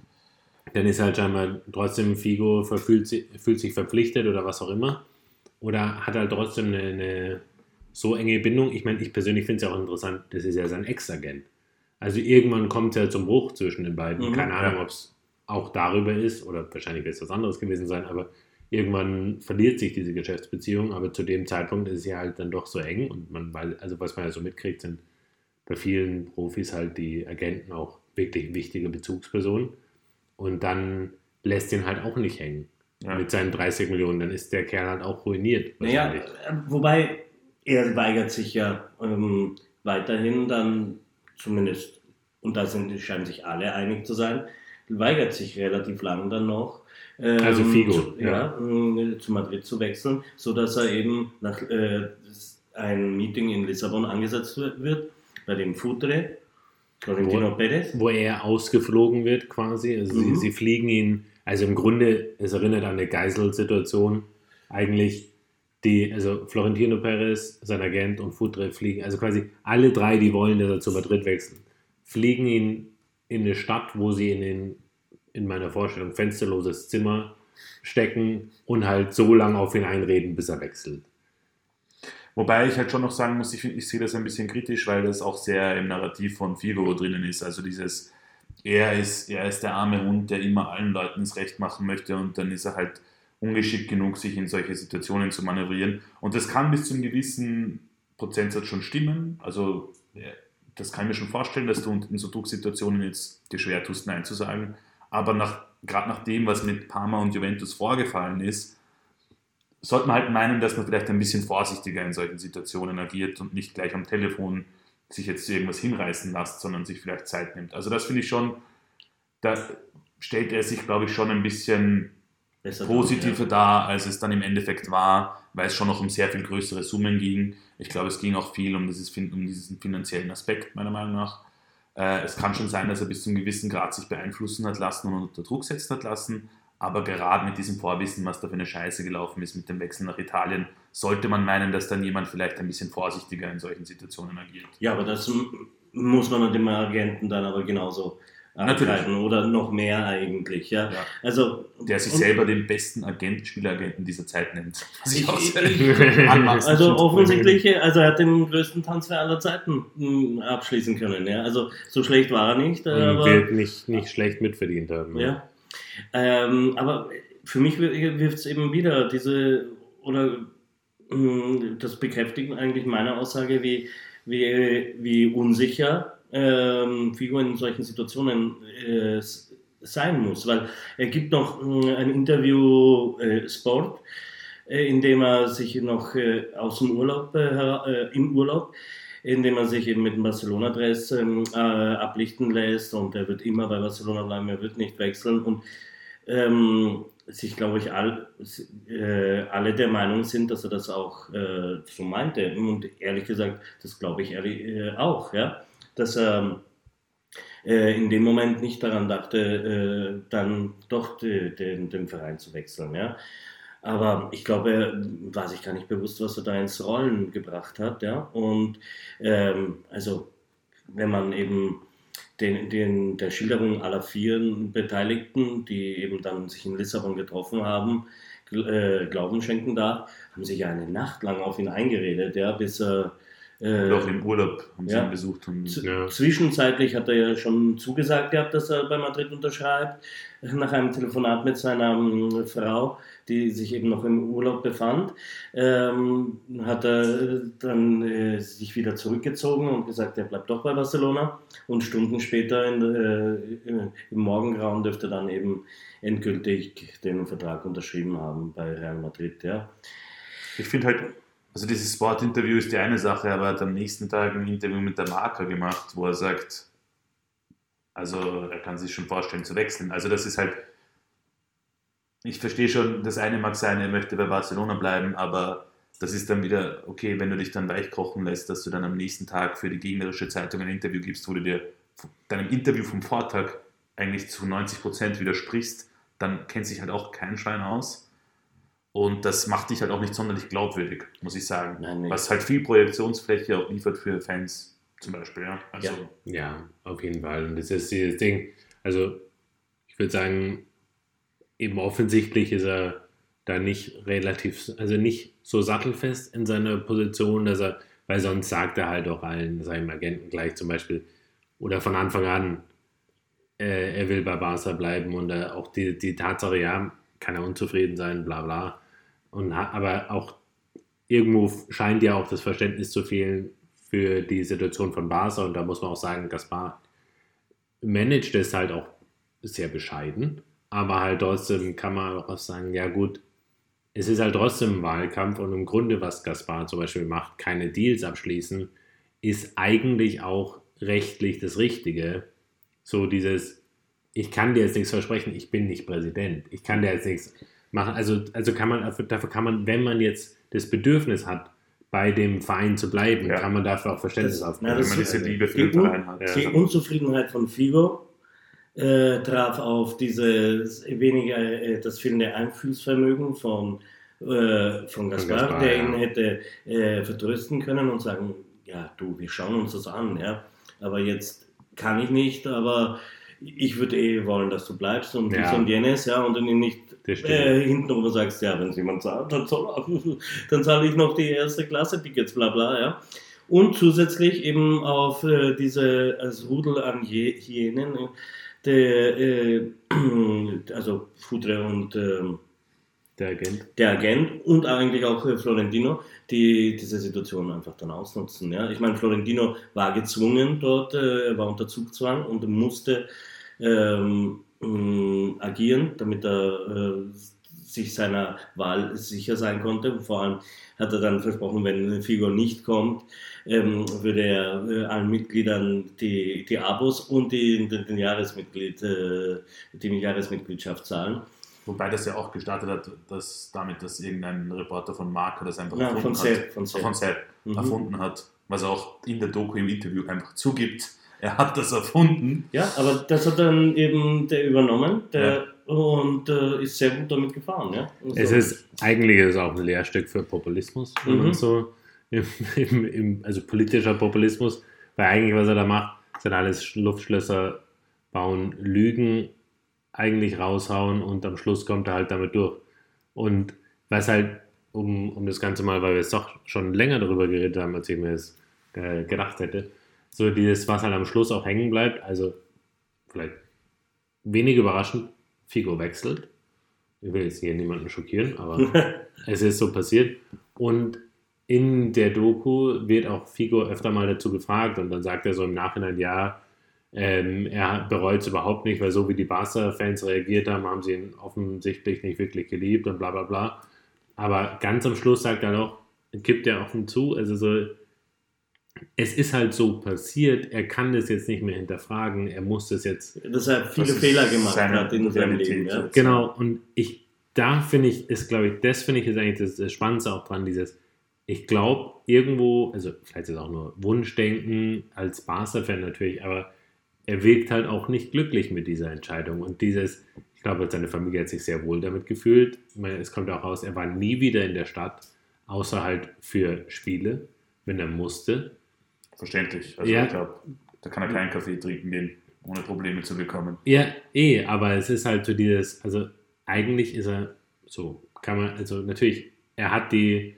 dann ist halt scheinbar trotzdem Figo verfühlt sich, fühlt sich verpflichtet oder was auch immer. Oder hat halt trotzdem eine, eine so enge Bindung. Ich meine, ich persönlich finde es ja auch interessant, das ist ja sein Ex-Agent. Also irgendwann kommt es ja zum Bruch zwischen den beiden. Mhm, Keine Ahnung, ja. ob es auch darüber ist oder wahrscheinlich wird es was anderes gewesen sein, aber irgendwann verliert sich diese Geschäftsbeziehung, aber zu dem Zeitpunkt ist es ja halt dann doch so eng und man, weil, also was man ja so mitkriegt, sind bei vielen Profis halt die Agenten auch wirklich wichtige Bezugspersonen und dann lässt ihn halt auch nicht hängen. Ja. Mit seinen dreißig Millionen, dann ist der Kerl halt auch ruiniert. Naja, wahrscheinlich. äh, wobei er weigert sich ja ähm, weiterhin dann zumindest, und da sind, scheinen sich alle einig zu sein, weigert sich relativ lang dann noch, ähm, Also Figo, zu, ja. ja. äh, zu Madrid zu wechseln, sodass er eben nach äh, ein Meeting in Lissabon angesetzt wird, bei dem Futre, Florentino Perez. Wo er ausgeflogen wird quasi. Also Mhm. sie, sie fliegen ihn, also im Grunde, es erinnert an eine Geiselsituation. Eigentlich die, also Florentino Perez, sein Agent und Futre fliegen, also quasi alle drei, die wollen, dass er zu Madrid wechselt, fliegen ihn in eine Stadt, wo sie in den, in meiner Vorstellung, fensterloses Zimmer stecken und halt so lange auf ihn einreden, bis er wechselt. Wobei ich halt schon noch sagen muss, ich, ich sehe das ein bisschen kritisch, weil das auch sehr im Narrativ von Figo drinnen ist. Also dieses, er ist, er ist der arme Hund, der immer allen Leuten das Recht machen möchte und dann ist er halt ungeschickt genug, sich in solche Situationen zu manövrieren. Und das kann bis zu einem gewissen Prozentsatz schon stimmen. Also das kann ich mir schon vorstellen, dass du in so Drucksituationen jetzt dir schwer tust, Nein zu sagen. Aber nach, gerade nach dem, was mit Parma und Juventus vorgefallen ist, sollte man halt meinen, dass man vielleicht ein bisschen vorsichtiger in solchen Situationen agiert und nicht gleich am Telefon sich jetzt zu irgendwas hinreißen lässt, sondern sich vielleicht Zeit nimmt. Also das finde ich schon, da stellt er sich, glaube ich, schon ein bisschen Besser positiver dann, dar, als es dann im Endeffekt war, weil es schon noch um sehr viel größere Summen ging. Ich glaube, es ging auch viel um, dieses, um diesen finanziellen Aspekt, meiner Meinung nach. Äh, es kann schon sein, dass er bis zu einem gewissen Grad sich beeinflussen hat lassen und unter Druck setzen hat lassen, aber gerade mit diesem Vorwissen, was da für eine Scheiße gelaufen ist mit dem Wechsel nach Italien, sollte man meinen, dass dann jemand vielleicht ein bisschen vorsichtiger in solchen Situationen agiert. Ja, aber das m- muss man mit dem Agenten dann aber genauso Natürlich. ankreiden oder noch mehr eigentlich. Ja? Ja. Also, Der sich und- selber den besten Agenten, Spielagenten dieser Zeit nennt. Was ich auch Ich- sehr anmaßend Also finde. offensichtlich, also er hat den größten Transfer aller Zeiten mh, abschließen können. Ja? Also so schlecht war er nicht, Und aber Geld nicht, nicht schlecht mitverdient haben. ja. Ähm, aber für mich wirft es eben wieder diese, oder mh, das bekräftigt eigentlich meine Aussage, wie, wie, wie unsicher ähm, Figo in solchen Situationen äh, s- sein muss. Weil er gibt noch mh, ein Interview äh, Sport, äh, in dem er sich noch äh, aus dem Urlaub, äh, her- äh, im Urlaub, in dem er sich eben mit dem Barcelona-Dress ähm, äh, ablichten lässt und er wird immer bei Barcelona bleiben, er wird nicht wechseln und ähm, sich, glaube ich, all, äh, alle der Meinung sind, dass er das auch äh, so meinte und ehrlich gesagt, das glaube ich ehrlich, äh, auch, ja, dass er äh, in dem Moment nicht daran dachte, äh, dann doch de, de, den Verein zu wechseln, ja. Aber ich glaube, er war sich gar nicht bewusst, was er da ins Rollen gebracht hat. Ja? Und ähm, also, wenn man eben den, den, der Schilderung aller vier Beteiligten, die eben dann sich in Lissabon getroffen haben, gl- äh, Glauben schenken darf, haben sich ja eine Nacht lang auf ihn eingeredet, ja, bis er Und auch im Urlaub haben sie ja. ihn besucht. Und Z- Ja. Zwischenzeitlich hat er ja schon zugesagt gehabt, dass er bei Madrid unterschreibt, nach einem Telefonat mit seiner ähm, Frau, die sich eben noch im Urlaub befand, ähm, hat er dann äh, sich wieder zurückgezogen und gesagt, er bleibt doch bei Barcelona, und Stunden später in, äh, im Morgengrauen dürfte er dann eben endgültig den Vertrag unterschrieben haben bei Real Madrid. Ja. ich finde halt, also dieses Sport-Interview ist die eine Sache, aber er hat am nächsten Tag ein Interview mit der Marca gemacht, wo er sagt, also er kann sich schon vorstellen zu wechseln. Also das ist halt, ich verstehe schon, das eine mag sein, er möchte bei Barcelona bleiben, aber das ist dann wieder, okay, wenn du dich dann weich kochen lässt, dass du dann am nächsten Tag für die gegnerische Zeitung ein Interview gibst, wo du dir deinem Interview vom Vortag eigentlich zu neunzig Prozent widersprichst, dann kennt sich halt auch kein Schwein aus. Und das macht dich halt auch nicht sonderlich glaubwürdig, muss ich sagen. Nein, nicht. Was halt viel Projektionsfläche auch liefert für Fans zum Beispiel. Ja, also, Ja. Ja, auf jeden Fall. Und das ist dieses Ding, also ich würde sagen, eben offensichtlich ist er da nicht relativ, also nicht so sattelfest in seiner Position, dass er, weil sonst sagt er halt auch allen seinen Agenten gleich zum Beispiel, oder von Anfang an, äh, er will bei Barca bleiben, und äh, auch die, die Tatsache, ja, kann er unzufrieden sein, bla bla. Und, ha- aber auch irgendwo scheint ja auch das Verständnis zu fehlen für die Situation von Barca, und da muss man auch sagen, Gaspar managt es halt auch sehr bescheiden, aber halt trotzdem kann man auch sagen, ja gut, es ist halt trotzdem ein Wahlkampf, und im Grunde, was Gaspar zum Beispiel macht, keine Deals abschließen, ist eigentlich auch rechtlich das Richtige. So dieses, ich kann dir jetzt nichts versprechen, ich bin nicht Präsident, ich kann dir jetzt nichts machen, also, also kann man, dafür kann man, wenn man jetzt das Bedürfnis hat, bei dem Verein zu bleiben, Ja. kann man dafür auch Verständnis Das- aufbringen. na, wenn das man ist- diese Liebe für die den Un- Verein hat. Ja. Die Unzufriedenheit von Figo äh, traf auf dieses weniger äh, das fehlende Einfühlsvermögen von, äh, von Gaspar, Gaspar, der ja. ihn hätte äh, vertrösten können und sagen, ja du, wir schauen uns das an, ja, aber jetzt kann ich nicht, aber ich würde eh wollen, dass du bleibst und Ja. dies und jenes, ja, und dann ihn nicht Das stimmt. äh, hintenrum sagst, ja, wenn es jemand zahlt, dann, soll, dann zahle ich noch die erste Klasse Tickets, bla bla, ja. Und zusätzlich eben auf äh, diese als Rudel an Je- Hyänen, äh, der, äh, also Fudre und ähm, Der Agent. der Agent und eigentlich auch äh, Florentino, die diese Situation einfach dann ausnutzen. Ja? Ich meine, Florentino war gezwungen dort, äh, er war unter Zugzwang und musste ähm, mh, agieren, damit er äh, sich seiner Wahl sicher sein konnte. Vor allem hat er dann versprochen, wenn Figo nicht kommt, ähm, würde er äh, allen Mitgliedern die, die Abos und die, den, den Jahresmitglied, äh, die Jahresmitgliedschaft zahlen. Wobei das ja auch gestartet hat, dass damit, dass irgendein Reporter von Marca das einfach Ja, erfunden von hat. Sepp, von Sepp. Von Sepp Mhm. erfunden hat, was er auch in der Doku im Interview einfach zugibt. Er hat das erfunden. Ja, aber das hat dann eben der übernommen der, und äh, ist sehr gut damit gefahren. Ja? Also, Es ist, eigentlich ist es auch ein Lehrstück für Populismus, wenn Mhm. man so, im, im, im, also politischer Populismus, weil eigentlich, was er da macht, sind alles Luftschlösser bauen, Lügen eigentlich raushauen, und am Schluss kommt er halt damit durch. Und was halt, um, um das Ganze mal, weil wir es doch schon länger darüber geredet haben, als ich mir das äh, gedacht hätte, so dieses, was halt am Schluss auch hängen bleibt, also vielleicht wenig überraschend, Figo wechselt. Ich will jetzt hier niemanden schockieren, aber es ist so passiert. Und in der Doku wird auch Figo öfter mal dazu gefragt, und dann sagt er so im Nachhinein, ja, ähm, er bereut es überhaupt nicht, weil so wie die Barca-Fans reagiert haben, haben sie ihn offensichtlich nicht wirklich geliebt und bla bla bla. Aber ganz am Schluss sagt er doch, gibt er offen zu, also so, es ist halt so passiert, er kann das jetzt nicht mehr hinterfragen, er muss das jetzt. dass er viele Das ist Fehler gemacht seine hat in seinem Realität Leben. Ja? jetzt. Genau, und ich, da finde ich, ist glaube ich, das finde ich ist eigentlich das, das Spannendste auch dran, dieses, ich glaube, irgendwo, also vielleicht ist es auch nur Wunschdenken als Barca-Fan natürlich, aber er wirkt halt auch nicht glücklich mit dieser Entscheidung. Und dieses, ich glaube, seine Familie hat sich sehr wohl damit gefühlt. Ich meine, es kommt auch raus, er war nie wieder in der Stadt, außer halt für Spiele, wenn er musste. Verständlich. Also Ja. ich glaube, da kann er keinen Kaffee trinken gehen, ohne Probleme zu bekommen. Ja, eh, aber es ist halt so dieses, also eigentlich ist er so, kann man, also natürlich, er hat die,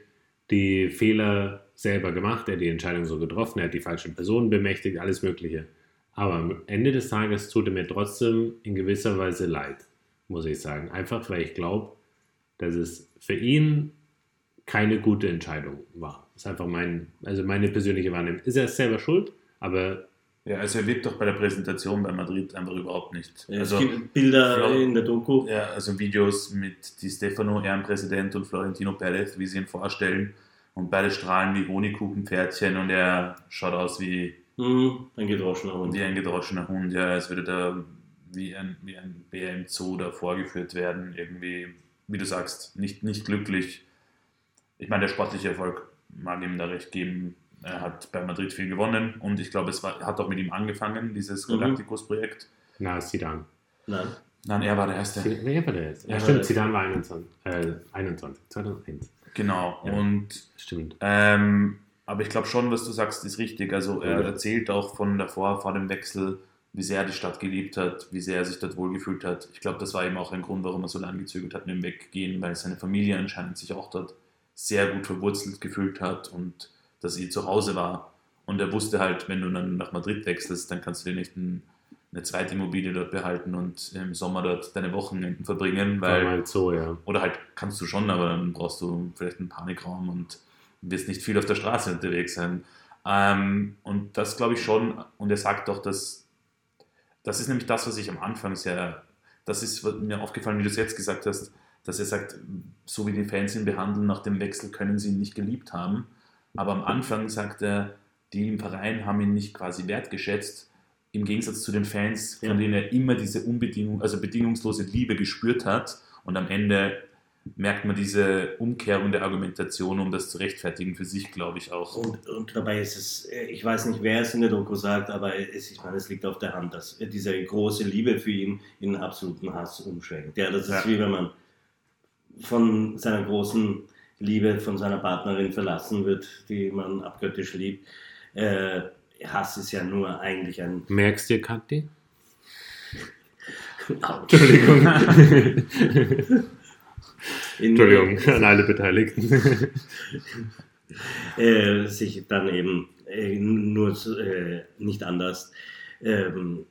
die Fehler selber gemacht, er hat die Entscheidung so getroffen, er hat die falschen Personen bemächtigt, alles Mögliche. Aber am Ende des Tages tut er mir trotzdem in gewisser Weise leid, muss ich sagen. Einfach, weil ich glaube, dass es für ihn keine gute Entscheidung war. Das ist einfach mein, also meine persönliche Wahrnehmung. Ist er selber schuld, aber... Ja, also er wirkt doch bei der Präsentation bei Madrid einfach überhaupt nicht. Ja, also, es gibt Bilder Flo- in der Doku. Ja, also Videos mit Di Stefano, Ehrenpräsident, und Florentino Perez, wie sie ihn vorstellen. Und beide strahlen wie Honigkuchenpferdchen und er schaut aus wie, Mhm, ein gedroschener Hund. wie ein gedroschener Hund. Ja, als würde da wie ein, wie ein Bär im Zoo da vorgeführt werden. Irgendwie, wie du sagst, nicht, nicht glücklich. Ich meine, der sportliche Erfolg mag ihm da recht geben. Er hat bei Madrid viel gewonnen und ich glaube, es war, hat auch mit ihm angefangen, dieses Mhm. Galacticos-Projekt. Na, Zidane. Nein. Nein, er war der Erste. Wer war der jetzt? Ja, Ja, stimmt, der- Zidane war einundzwanzig. Äh, einundzwanzig, zweitausendeins. Genau. Ja. Und Stimmt. ähm, aber ich glaube schon, was du sagst, ist richtig. Also er Ja. erzählt auch von davor, vor dem Wechsel, wie sehr er die Stadt geliebt hat, wie sehr er sich dort wohlgefühlt hat. Ich glaube, das war eben auch ein Grund, warum er so lange gezögert hat mit dem Weggehen, weil seine Familie anscheinend sich auch dort sehr gut verwurzelt gefühlt hat und dass sie zu Hause war. Und er wusste halt, wenn du dann nach Madrid wechselst, dann kannst du dir nicht ein, eine zweite Immobilie dort behalten und im Sommer dort deine Wochenenden verbringen, War weil mal so, ja. oder halt kannst du schon, aber dann brauchst du vielleicht einen Panikraum und wirst nicht viel auf der Straße unterwegs sein. Ähm, und das glaube ich schon. Und er sagt doch, dass das ist nämlich das, was ich am Anfang sehr, das ist mir aufgefallen, wie du es jetzt gesagt hast, dass er sagt, so wie die Fans ihn behandeln nach dem Wechsel, können sie ihn nicht geliebt haben. Aber am Anfang sagt er, die im Verein haben ihn nicht quasi wertgeschätzt, im Gegensatz zu den Fans, von Ja. denen er immer diese Unbedingung, also bedingungslose Liebe gespürt hat. Und am Ende merkt man diese Umkehrung der Argumentation, um das zu rechtfertigen, für sich, glaube ich, auch. Und, und dabei ist es, äh, ich weiß nicht, wer es in der Doku sagt, aber es, ich meine, es liegt auf der Hand, dass diese große Liebe für ihn in absoluten Hass umschwenkt. Ja, das ist Ja. wie wenn man von seiner großen Liebe, von seiner Partnerin verlassen wird, die man abgöttisch liebt. Äh, Hass ist ja nur eigentlich ein... Merkst du, Kathi? Autsch. Entschuldigung. In- Entschuldigung an alle Beteiligten. äh, sich dann eben äh, nur äh, nicht anders ähm,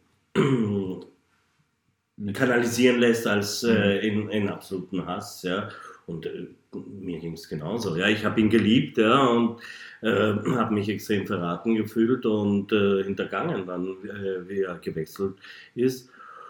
kanalisieren lässt als äh, in, in absoluten Hass. Ja. Und äh, mir ging es genauso. Ja. Ich habe ihn geliebt, ja, und äh, habe mich extrem verraten gefühlt und äh, hintergangen dann, äh, wie er gewechselt ist.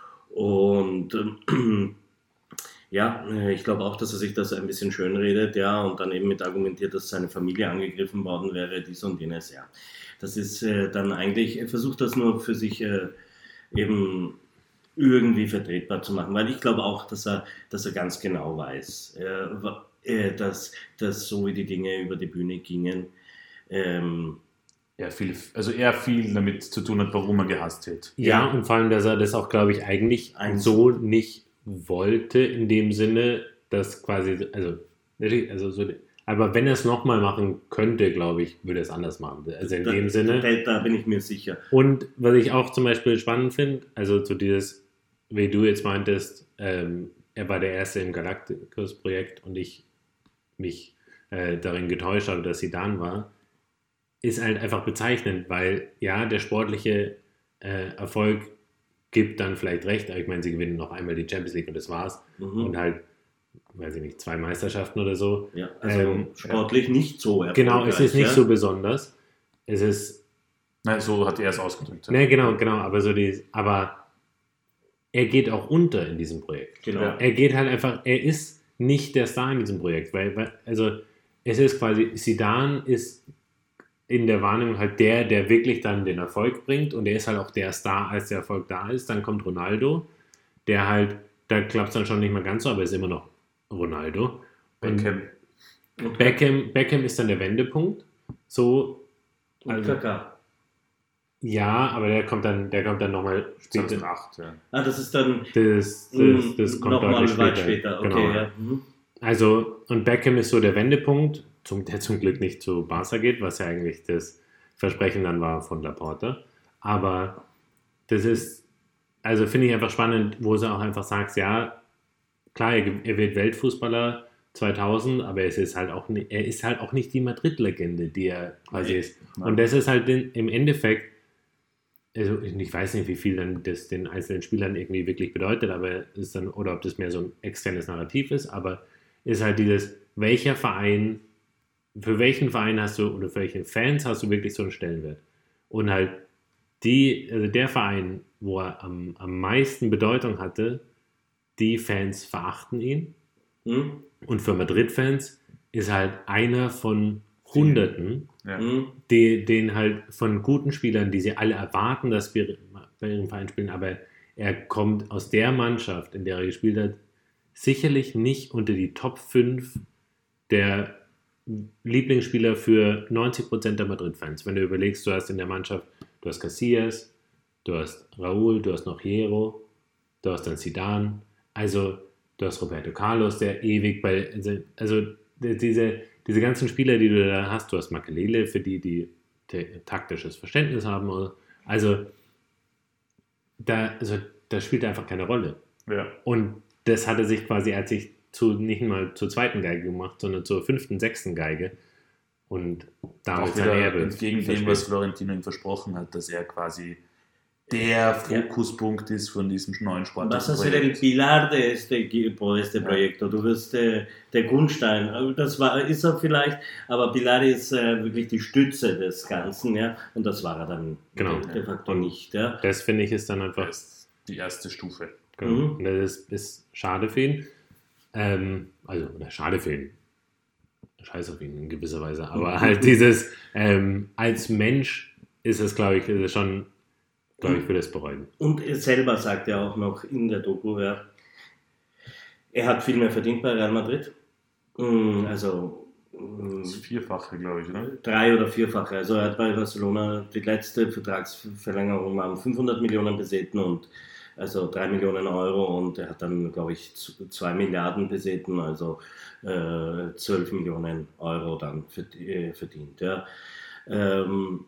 Und ähm, ja, äh, ich glaube auch, dass er sich das ein bisschen schönredet, ja, und dann eben mit argumentiert, dass seine Familie angegriffen worden wäre, dies und jenes, ja. Das ist äh, dann eigentlich, er versucht das nur für sich äh, eben irgendwie vertretbar zu machen, weil ich glaube auch, dass er, dass er ganz genau weiß, äh, wa- äh, dass, dass so wie die Dinge über die Bühne gingen, ähm, Er viel, also er viel damit zu tun hat, warum er gehasst wird. Ja, und vor allem, dass er das auch, glaube ich, eigentlich Ein- so nicht wollte, in dem Sinne, dass quasi, also, natürlich, also so, aber wenn er es nochmal machen könnte, glaube ich, würde er es anders machen. Also in da, dem Sinne. Da, da bin ich mir sicher. Und was ich auch zum Beispiel spannend finde, also so dieses, wie du jetzt meintest, ähm, er war der Erste im Galacticos-Projekt und ich mich äh, darin getäuscht habe, dass Zidane war, ist halt einfach bezeichnend, weil ja, der sportliche äh, Erfolg gibt dann vielleicht recht, aber ich meine, sie gewinnen noch einmal die Champions League und das war's. Mhm. Und halt, weiß ich nicht, zwei Meisterschaften oder so. Ja, also Ähm, sportlich nicht so erfolgreich. Genau, es ist nicht ja? so besonders. Es ist Nein, so hat er es ausgedrückt. Ne, genau, genau, aber so die, aber er geht auch unter in diesem Projekt. Genau. Ja. Er geht halt einfach, er ist nicht der Star in diesem Projekt, weil, weil also es ist quasi, Zidane ist in der Wahrnehmung halt der, der wirklich dann den Erfolg bringt und er ist halt auch der Star, als der Erfolg da ist. Dann kommt Ronaldo, der halt, da klappt es dann schon nicht mehr ganz so, aber ist immer noch Ronaldo. Und Beckham. Und, Beckham, Beckham ist dann der Wendepunkt. So, und also- Kaká. ja, aber der kommt dann, der kommt dann nochmal später. zweitausendacht, ja. Ah, das ist dann Das, das, mm, das kommt nochmal deutlich weit später. später. Okay, Genau. ja. Mhm. Also, und Beckham ist so der Wendepunkt, zum, der zum Glück nicht zu Barca geht, was ja eigentlich das Versprechen dann war von Laporta. Aber das ist, also finde ich einfach spannend, wo sie auch einfach sagt, ja, klar, er, er wird Weltfußballer zweitausend, aber es ist halt auch, ni- er ist halt auch nicht die Madrid-Legende, die er quasi Nee. ist. Nein. Und das ist halt den, im Endeffekt, also ich weiß nicht, wie viel dann das den einzelnen Spielern irgendwie wirklich bedeutet, aber ist dann, oder ob das mehr so ein externes Narrativ ist, aber ist halt dieses, welcher Verein, für welchen Verein hast du oder für welche Fans hast du wirklich so einen Stellenwert? Und halt die, also der Verein, wo er am, am meisten Bedeutung hatte, die Fans verachten ihn. Hm? Und für Madrid-Fans ist halt einer von Hunderten, Ja. Hm? die, den halt von guten Spielern, die sie alle erwarten, dass wir bei ihrem Verein spielen, aber er kommt aus der Mannschaft, in der er gespielt hat, sicherlich nicht unter die Top fünf der Lieblingsspieler für neunzig Prozent der Madrid-Fans. Wenn du überlegst, du hast in der Mannschaft, du hast Casillas, du hast Raúl, du hast noch Hierro, du hast dann Zidane, also du hast Roberto Carlos, der ewig bei, also, also diese, diese ganzen Spieler, die du da hast, du hast Makelele, für die, die te- taktisches Verständnis haben, oder- also da, also da spielt er einfach keine Rolle. Ja. Und das hatte sich quasi, er hat sich zu, nicht mal zur zweiten Geige gemacht, sondern zur fünften, sechsten Geige. Und damit Auch sein wieder Erbe. entgegen dem, verspielt. was Florentino ihm versprochen hat, dass er quasi der Fokuspunkt ist von diesem neuen Vas a ser el Sportprojekt. pilar de este equipo, de este Ja. proyecto. Du wirst äh, der Grundstein. Also das war, ist er vielleicht, aber Pilar ist äh, wirklich die Stütze des Ganzen, ja. Und das war er dann Genau. de, de facto nicht, ja. Das finde ich ist dann einfach. Das ist die erste Stufe. Genau. Mhm. Und das ist, ist schade für ihn. Ähm, also, oder schade für ihn. Scheiß auf ihn in gewisser Weise. Aber halt dieses, ähm, als Mensch ist es, glaube ich, ist es schon, glaube ich, für das bereuen. Und er selber sagt ja auch noch in der Doku, ja, er hat viel mehr verdient bei Real Madrid. Mm, Also mm, Das Vierfache, glaube ich, oder? drei- oder vierfache. Also er hat bei Barcelona die letzte Vertragsverlängerung waren fünfhundert Millionen besäten und also drei Millionen Euro und er hat dann, glaube ich, z- zwei Milliarden besäten, also äh, zwölf Millionen Euro dann verd- äh, verdient. Ja. Ähm,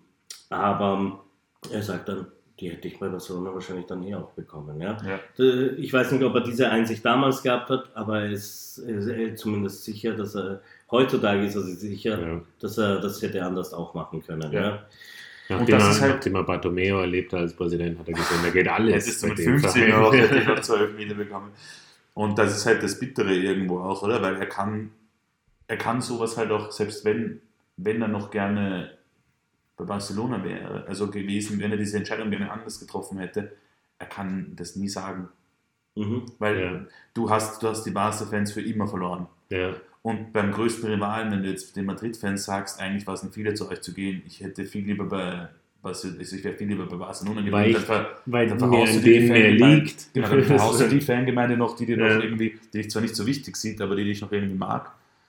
aber er sagt dann, die hätte ich bei Barcelona wahrscheinlich dann eh auch bekommen. Ja. Ja. Äh, Ich weiß nicht, ob er diese Einsicht damals gehabt hat, aber er ist, er ist zumindest sicher, dass er heutzutage ist er sich sicher, Ja. dass er das hätte anders auch machen können. Ja. Ja. Nachdem, das er, ist halt- nachdem er Bartomeo erlebt hat als Präsident, hat er gesehen, da geht alles. Hättest du bei mit dem fünfzig Verein. noch, hätte ich noch zwölf Miete bekommen. Und das ist halt das Bittere irgendwo auch, oder? Weil er kann, er kann sowas halt auch, selbst wenn, wenn er noch gerne bei Barcelona wäre, also gewesen, wenn er diese Entscheidung gerne anders getroffen hätte, er kann das nie sagen. Mhm. Weil Ja. du hast, du hast die Barca-Fans für immer verloren. Ja, Und beim größten Rivalen, wenn du jetzt den Madrid-Fans sagst, eigentlich war es nicht viele zu euch zu gehen, ich hätte viel lieber bei, Barce- also ich wäre viel lieber bei Barcelona gewesen, weil, ich, dann ver- weil dann mir verhaust an du dir die denen mehr Fangemeinde- liegt. Genau, dann verhaust du die Fangemeinde noch, die dir Ja. noch irgendwie, die dich zwar nicht so wichtig sieht, aber die dich noch irgendwie mag.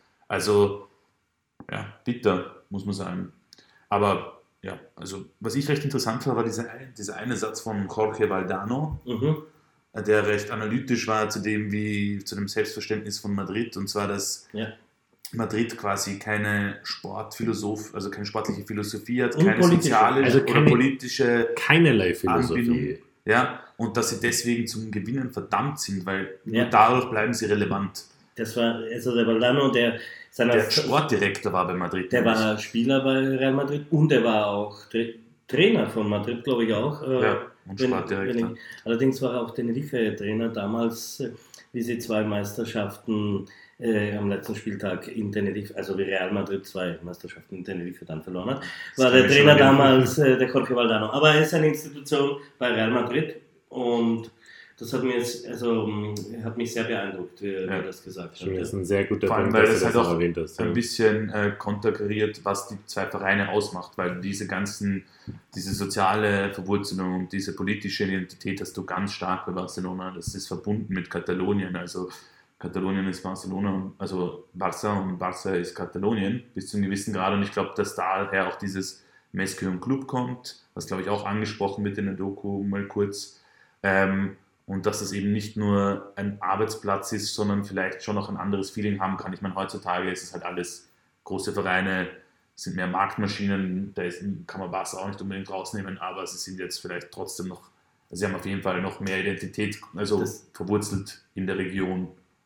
Also, ja, bitter, muss man sagen. Aber, ja, also, was ich recht interessant war, war dieser, ein- dieser eine Satz von Jorge Valdano, Mhm. der recht analytisch war zu dem, wie, zu dem Selbstverständnis von Madrid, und zwar, dass Ja. Madrid quasi keine Sportphilosoph, also keine sportliche Philosophie hat, Und keine politische. soziale Also oder keine- politische Keinerlei Philosophie. Anbindung. Ja, und dass sie deswegen zum Gewinnen verdammt sind, weil Ja. nur dadurch bleiben sie relevant. Das war also der Valdano, der seiner Der Sportdirektor war bei Madrid. der war Spieler bei Real Madrid und der war auch Tra Trainer von Madrid, glaube ich auch. äh, Ja, und wenn- Sportdirektor. wenn ich- Allerdings war er auch Tenerife-Trainer damals, äh, wie sie zwei Meisterschaften äh, am letzten Spieltag in Tenerife, also wie Real Madrid zwei Meisterschaften in Tenerife dann verloren hat, Das war kann der ich Trainer schon erinnern. damals äh, der Jorge Valdano. Aber er ist eine Institution bei Real Madrid und das hat, mir jetzt, also, mh, hat mich sehr beeindruckt, wie er Ja. das gesagt hat. Das ist ein sehr guter Vor allem, Punkt, weil dass das du halt das auch auch erwähnt hast. ein Ja. bisschen äh, konterkariert, was die zwei Vereine ausmacht, weil diese ganzen, diese soziale Verwurzelung und diese politische Identität hast du ganz stark bei Barcelona. Das ist verbunden mit Katalonien, also Katalonien ist Barcelona, also Barça und Barça ist Katalonien bis zu einem gewissen Grad, und ich glaube, dass daher auch dieses Mesque und Club kommt, was glaube ich auch angesprochen wird in der Doku mal kurz, ähm, und dass das eben nicht nur ein Arbeitsplatz ist, sondern vielleicht schon noch ein anderes Feeling haben kann. Ich meine, heutzutage ist es halt alles, große Vereine sind mehr Marktmaschinen, da ist, kann man Barca auch nicht unbedingt rausnehmen, aber sie sind jetzt vielleicht trotzdem noch, sie haben auf jeden Fall noch mehr Identität, also Das- verwurzelt in der Region.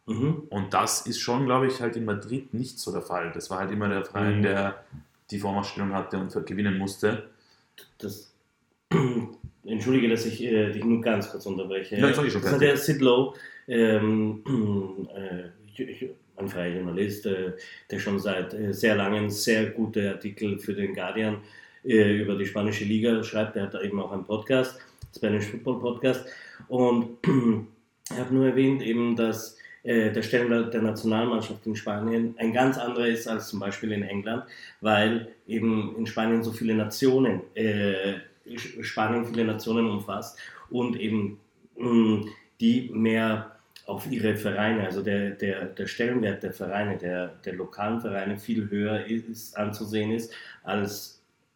Mhm. Und das ist schon, glaube ich, halt in Madrid nicht so der Fall. Das war halt immer der Verein, Mhm. der die Vormachtstellung hatte und gewinnen musste. Das, entschuldige, dass ich äh, dich nur ganz kurz unterbreche. Ja, jetzt war ich schon das hat fertig. der Sid Lowe, ähm, äh, ich, ich, ein freier Journalist, äh, der schon seit äh, sehr langem sehr gute Artikel für den Guardian äh, über die spanische Liga schreibt. Der hat da eben auch einen Podcast, Spanish Football Podcast. Und er hat nur erwähnt, eben, dass äh, der Stellenwert der Nationalmannschaft in Spanien ein ganz anderer ist als zum Beispiel in England, weil eben in Spanien so viele Nationen, äh, Spanien viele Nationen umfasst und eben mh, die mehr auf ihre Vereine, also der, der, der Stellenwert der Vereine, der, der lokalen Vereine viel höher ist, anzusehen ist, als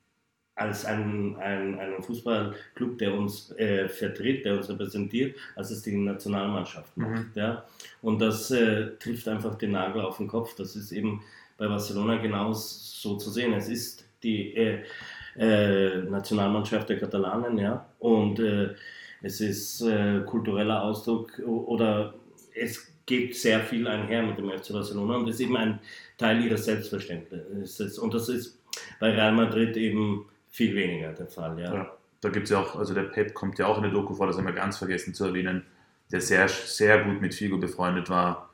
als ein, ein, ein Fußballclub, der uns äh, vertritt, der uns repräsentiert, als es die Nationalmannschaft macht. Mhm. Ja? Und das äh, trifft einfach den Nagel auf den Kopf. Das ist eben bei Barcelona genau so zu sehen. Es ist die äh, äh, Nationalmannschaft der Katalanen, ja, und äh, es ist äh, kultureller Ausdruck oder es geht sehr viel einher mit dem F C Barcelona und ist eben ein Teil ihres Selbstverständnisses. Und das ist bei Real Madrid eben viel weniger der Fall, ja. Ja, da gibt es ja auch, also der Pep kommt ja auch in der Doku vor, das haben wir ganz vergessen zu erwähnen, der sehr, sehr gut mit Figo befreundet war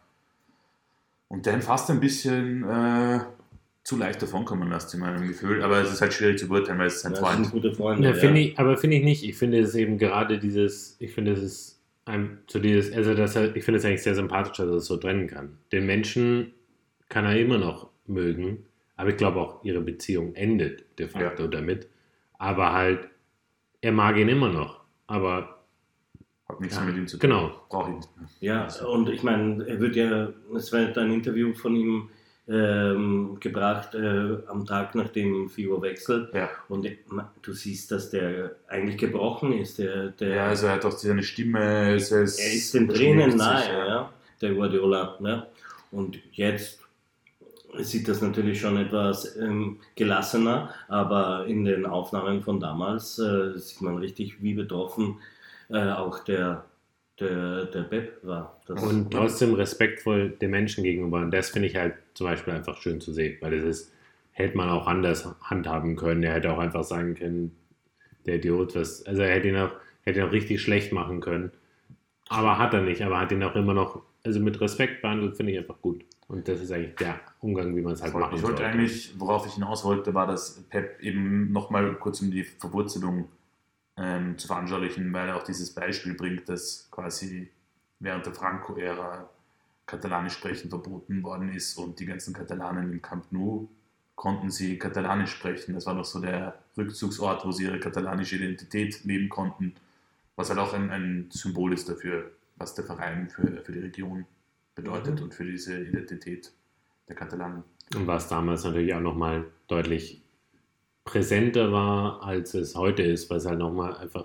und der ihn fast ein bisschen äh, zu leicht davonkommen lässt, in meinem Gefühl. Aber es ist halt schwierig zu beurteilen, weil es ist sein Das Freund. sind gute Freunde. Ja, ja. finde ich, aber finde ich nicht. Ich finde es eben gerade dieses, ich finde es ist ein, so dieses, also das, ich finde es eigentlich sehr sympathisch, dass er es so trennen kann. Den Menschen kann er immer noch mögen, aber ich glaube auch, ihre Beziehung endet de facto Ja. damit. Aber halt, er mag ihn immer noch, aber Hat nichts Ja, mehr mit ihm zu tun. genau. Brauche ich nicht mehr. Ja, und ich meine, er wird ja, es wird ein Interview von ihm ähm, gebracht äh, am Tag, nachdem Figo wechselt. Ja. Und du siehst, dass der eigentlich gebrochen ist. Der, der, Ja, also er hat auch seine Stimme, es ist, er ist den Tränen nahe, ja, der Guardiola. Ja. Und jetzt sieht das natürlich schon etwas ähm, gelassener, aber in den Aufnahmen von damals äh, sieht man richtig, wie betroffen äh, auch der, der, der Pep war. Das, und trotzdem respektvoll den Menschen gegenüber. Und das finde ich halt zum Beispiel einfach schön zu sehen, weil das ist, hätte man auch anders handhaben können. Er hätte auch einfach sagen können, der Idiot, was, also er hätte ihn auch, hätte ihn auch richtig schlecht machen können. Aber hat er nicht, aber hat ihn auch immer noch, also mit Respekt behandelt, finde ich einfach gut. Und das ist eigentlich der Umgang, wie man es halt machen Ich wollte sollte. eigentlich, worauf ich hinaus wollte, war, dass Pep eben nochmal kurz um die Verwurzelung ähm, zu veranschaulichen, weil er auch dieses Beispiel bringt, dass quasi während der Franco-Ära Katalanisch sprechen verboten worden ist und die ganzen Katalanen im Camp Nou konnten sie Katalanisch sprechen. Das war noch so der Rückzugsort, wo sie ihre katalanische Identität leben konnten, was halt auch ein, ein Symbol ist dafür, was der Verein für, für die Region bedeutet Mhm. und für diese Identität der Katalanen. Und was damals natürlich auch nochmal deutlich präsenter war, als es heute ist, weil es halt nochmal einfach,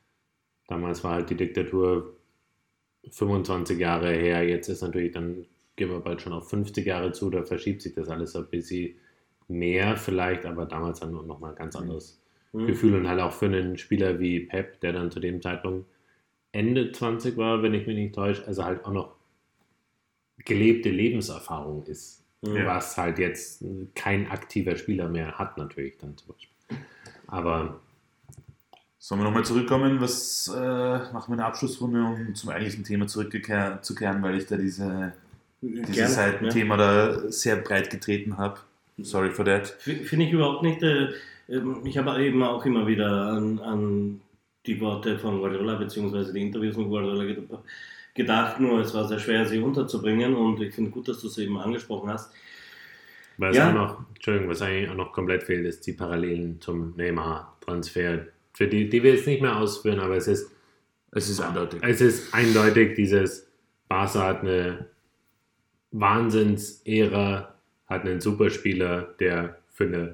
damals war halt die Diktatur fünfundzwanzig Jahre her, jetzt ist natürlich, dann gehen wir bald schon auf fünfzig Jahre zu, da verschiebt sich das alles ein bisschen mehr vielleicht, aber damals dann nochmal ein ganz anderes Mhm. Gefühl und halt auch für einen Spieler wie Pep, der dann zu dem Zeitpunkt Ende zwanzig war, wenn ich mich nicht täusche, also halt auch noch gelebte Lebenserfahrung ist, Ja. was halt jetzt kein aktiver Spieler mehr hat natürlich dann zum Beispiel. Aber Sollen wir nochmal zurückkommen? Was äh, machen wir eine Abschlussrunde, um zum eigentlichen Thema zurückzukehren, weil ich da diese, dieses Gerne, Seitenthema da sehr breit getreten habe. Sorry for that. F- Finde ich überhaupt nicht. Äh, ähm, ich habe eben auch immer wieder an, an die Worte von Guardiola bzw. die Interviews mit Guardiola ged- gedacht, nur es war sehr schwer, sie unterzubringen und ich finde gut, dass du es eben angesprochen hast. was Ja. auch noch, Entschuldigung, was eigentlich auch noch komplett fehlt, ist die Parallelen zum Neymar-Transfer, für die, die wir jetzt nicht mehr ausführen, aber es ist, Es ist eindeutig. es ist eindeutig dieses, Barca hat eine Wahnsinnsära, hat einen Superspieler, der für eine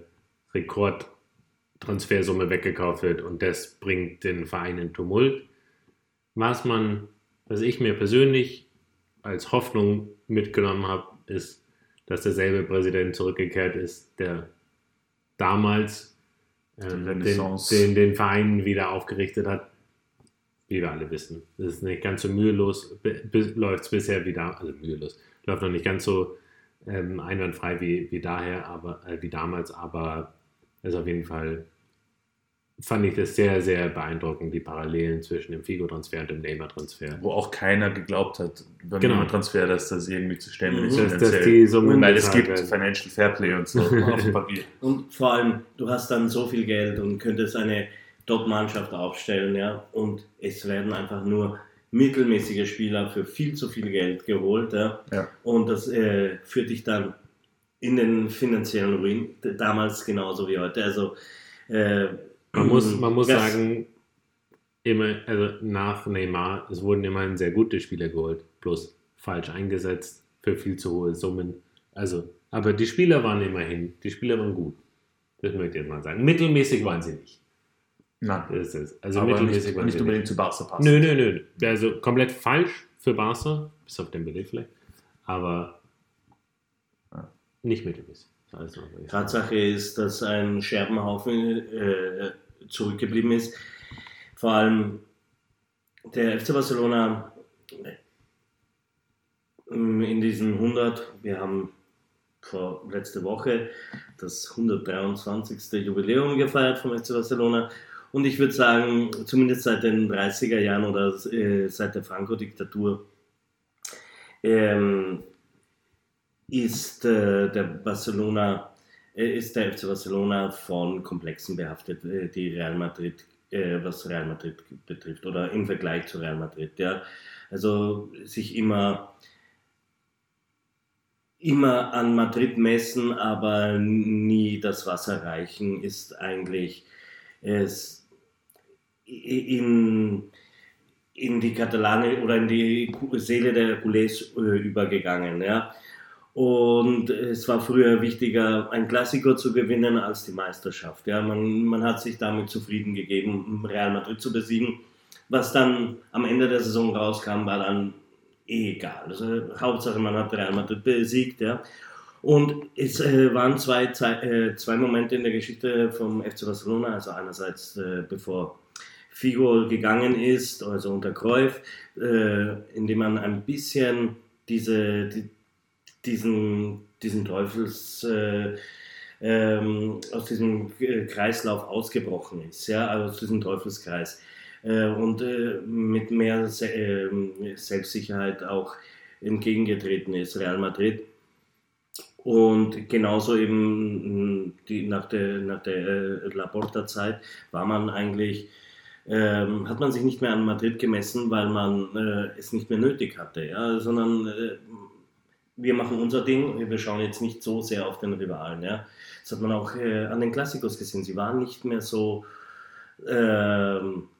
Rekordtransfersumme weggekauft wird und das bringt den Verein in Tumult. Was man, was ich mir persönlich als Hoffnung mitgenommen habe, ist, dass derselbe Präsident zurückgekehrt ist, der damals ähm, den, Renaissance. den, den Verein wieder aufgerichtet hat. wie wir alle wissen. Das ist nicht ganz so mühelos, läuft es bisher wie da, also mühelos, läuft noch nicht ganz so ähm, einwandfrei wie, wie daher, aber äh, wie damals, aber es ist auf jeden Fall, fand ich das sehr, sehr beeindruckend, die Parallelen zwischen dem Figo-Transfer und dem Neymar-Transfer. Wo auch keiner geglaubt hat beim Genau. Neymar-Transfer, dass das irgendwie zu stemmen ist. Dass, dass finanziell. die Summen Weil es bezahlt gibt werden. Financial Fairplay und so auf dem Papier. Und vor allem, du hast dann so viel Geld und könntest eine Top-Mannschaft aufstellen, ja, und es werden einfach nur mittelmäßige Spieler für viel zu viel Geld geholt, ja, Ja. und das äh, führt dich dann in den finanziellen Ruin, damals genauso wie heute, also äh, Man muss, man muss das- sagen, immer, also nach Neymar, es wurden immerhin sehr gute Spieler geholt, bloß falsch eingesetzt für viel zu hohe Summen. Also, aber die Spieler waren immerhin, die Spieler waren gut. Das möchte ich jetzt mal sagen. Mittelmäßig waren sie nicht. Nein, Das ist es. Also aber mittelmäßig nicht, waren nicht sie unbedingt nicht. zu Barca passen. Nö, nö, nö. Also komplett falsch für Barca, bis auf den Belay vielleicht, aber Ja. nicht mittelmäßig. Das ist alles noch, was ich sage. Tatsache ist, dass ein Scherbenhaufen äh, zurückgeblieben ist. Vor allem der F C Barcelona äh, in diesen hundert, wir haben vor letzte Woche das hundertdreiundzwanzigste Jubiläum gefeiert vom F C Barcelona, und ich würde sagen, zumindest seit den dreißiger Jahren oder äh, seit der Franco-Diktatur ähm, ist äh, der Barcelona, äh, ist der F C Barcelona von Komplexen behaftet, äh, die Real Madrid, äh, was Real Madrid betrifft, oder im Vergleich zu Real Madrid. Ja. Also sich immer, immer an Madrid messen, aber nie das Wasser reichen, ist eigentlich es in in die Katalane oder in die Seele der Culés äh, übergegangen. Ja. Und es war früher wichtiger, ein Klassiker zu gewinnen als die Meisterschaft. Ja. Man, man hat sich damit zufrieden gegeben, Real Madrid zu besiegen. Was dann am Ende der Saison rauskam, war dann eh egal. Also, Hauptsache, man hat Real Madrid besiegt. Ja. Und es äh, waren zwei, zwei, äh, zwei Momente in der Geschichte vom F C Barcelona. Also einerseits, äh, bevor Figo gegangen ist, also unter Cruyff, äh, indem man ein bisschen diese, die, diesen, diesen Teufels, äh, ähm, aus diesem Kreislauf ausgebrochen ist, ja, also aus diesem Teufelskreis, äh, und äh, mit mehr Se- äh, Selbstsicherheit auch entgegengetreten ist, Real Madrid. Und genauso eben die, nach der, nach der äh, Laporta-Zeit war man eigentlich Ähm, hat man sich nicht mehr an Madrid gemessen, weil man äh, es nicht mehr nötig hatte, ja, sondern äh, wir machen unser Ding, wir schauen jetzt nicht so sehr auf den Rivalen. Ja. Das hat man auch äh, an den Klassikos gesehen, sie waren nicht mehr so, äh,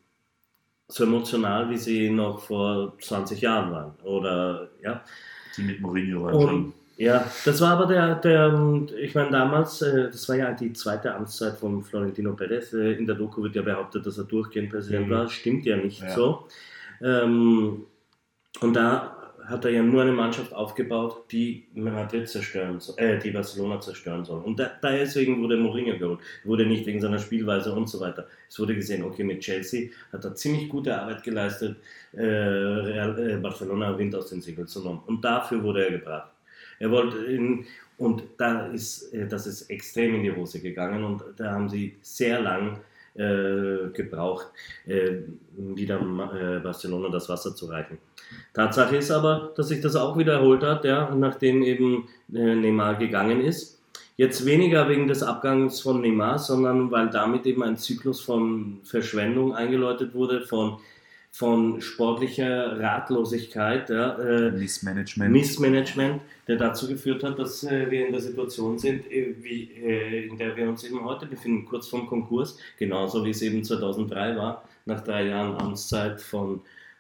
so emotional, wie sie noch vor zwanzig Jahren waren. Oder, ja. Die mit Mourinho waren Und, schon. ja, das war aber der, der ich meine damals, äh, das war ja die zweite Amtszeit von Florentino Perez. Äh, in der Doku wird ja behauptet, dass er durchgehend Präsident Mhm. war. Stimmt ja nicht Ja. so. Ähm, und da hat er ja nur eine Mannschaft aufgebaut, die Madrid zerstören soll, äh, die Barcelona zerstören soll. Und da, deswegen wurde Mourinho geholt. Wurde nicht wegen seiner Spielweise und so weiter. Es wurde gesehen, okay, mit Chelsea hat er ziemlich gute Arbeit geleistet. Äh, Real, äh, Barcelona Wind aus den Segeln zu nehmen. Und dafür wurde er gebracht. Er wollte in, und da ist, äh, das ist extrem in die Hose gegangen, und da haben sie sehr lang äh, gebraucht, äh, wieder äh, Barcelona das Wasser zu reichen. Tatsache ist aber, dass sich das auch wiederholt hat, ja, nachdem eben äh, Neymar gegangen ist. Jetzt weniger wegen des Abgangs von Neymar, sondern weil damit eben ein Zyklus von Verschwendung eingeläutet wurde, von von sportlicher Ratlosigkeit, ja, äh, Missmanagement. Missmanagement, der dazu geführt hat, dass äh, wir in der Situation sind, äh, wie, äh, in der wir uns eben heute befinden, kurz vorm Konkurs, genauso wie es eben zweitausenddrei war, nach drei Jahren Amtszeit von,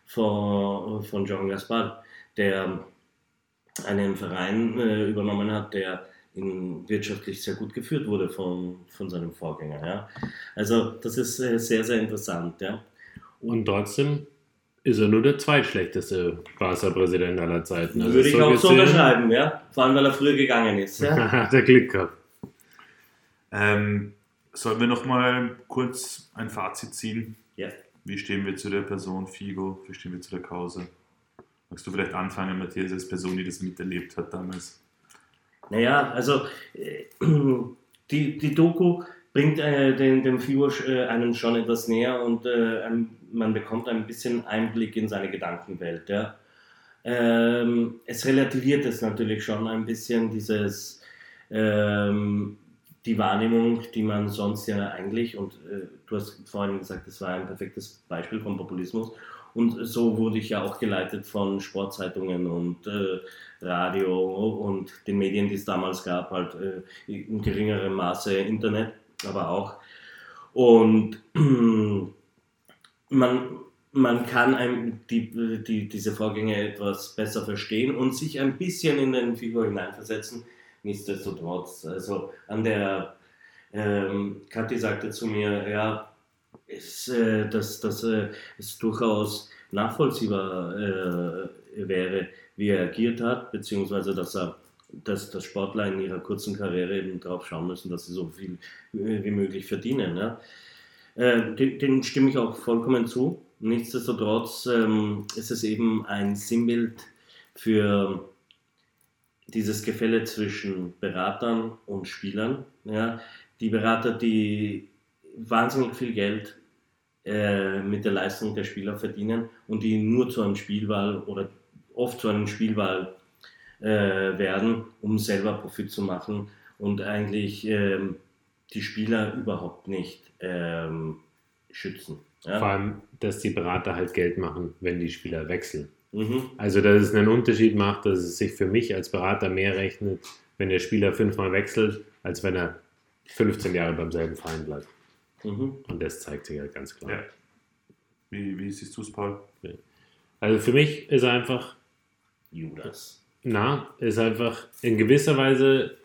von, von Jean Gaspar, der einen Verein äh, übernommen hat, der in, wirtschaftlich sehr gut geführt wurde von, von seinem Vorgänger. Ja. Also das ist äh, sehr, sehr interessant. Ja. Und trotzdem ist er nur der zweitschlechteste Barca-Präsident aller Zeiten. Also Würde ich so auch so gesehen unterschreiben, ja. Vor allem, weil er früher gegangen ist. Ja. hat er Glück gehabt. Ähm, sollen wir noch mal kurz ein Fazit ziehen? Ja. Wie stehen wir zu der Person Figo? Wie stehen wir zu der Causa? Magst du vielleicht anfangen, Matthias, als Person, die das miterlebt hat damals? Naja, also äh, die, die Doku bringt äh, den, dem Figo äh, einem schon etwas näher und äh, ein, man bekommt ein bisschen Einblick in seine Gedankenwelt. Ja. Ähm, es relativiert es natürlich schon ein bisschen, dieses ähm, die Wahrnehmung, die man sonst ja eigentlich, und äh, du hast vorhin gesagt, das war ein perfektes Beispiel von Populismus, und so wurde ich ja auch geleitet von Sportzeitungen und äh, Radio und den Medien, die es damals gab, halt äh, in geringerem Maße Internet, aber auch. Und man, man kann einem die, die, diese Vorgänge etwas besser verstehen und sich ein bisschen in den Figo hineinversetzen. Nichtsdestotrotz, also an der ähm, Kathi sagte zu mir, ja, es, äh, dass, dass äh, es durchaus nachvollziehbar äh, wäre, wie er agiert hat, beziehungsweise dass er dass, dass Sportler in ihrer kurzen Karriere eben darauf schauen müssen, dass sie so viel wie möglich verdienen. Ja. Äh, den, den stimme ich auch vollkommen zu. Nichtsdestotrotz ähm, ist es eben ein Sinnbild für dieses Gefälle zwischen Beratern und Spielern. Ja. Die Berater, die wahnsinnig viel Geld äh, mit der Leistung der Spieler verdienen und die nur zu einem Spielball oder oft zu einem Spielball äh, werden, um selber Profit zu machen und eigentlich ähm, die Spieler überhaupt nicht ähm, schützen. Ja? Vor allem, dass die Berater halt Geld machen, wenn die Spieler wechseln. Mhm. Also, dass es einen Unterschied macht, dass es sich für mich als Berater mehr rechnet, wenn der Spieler fünfmal wechselt, als wenn er fünfzehn Jahre beim selben Verein bleibt. Mhm. Und das zeigt sich ja ganz klar. Ja. Wie, wie siehst du es, Paul? Also für mich ist einfach, Judas. na, ist einfach in gewisser Weise,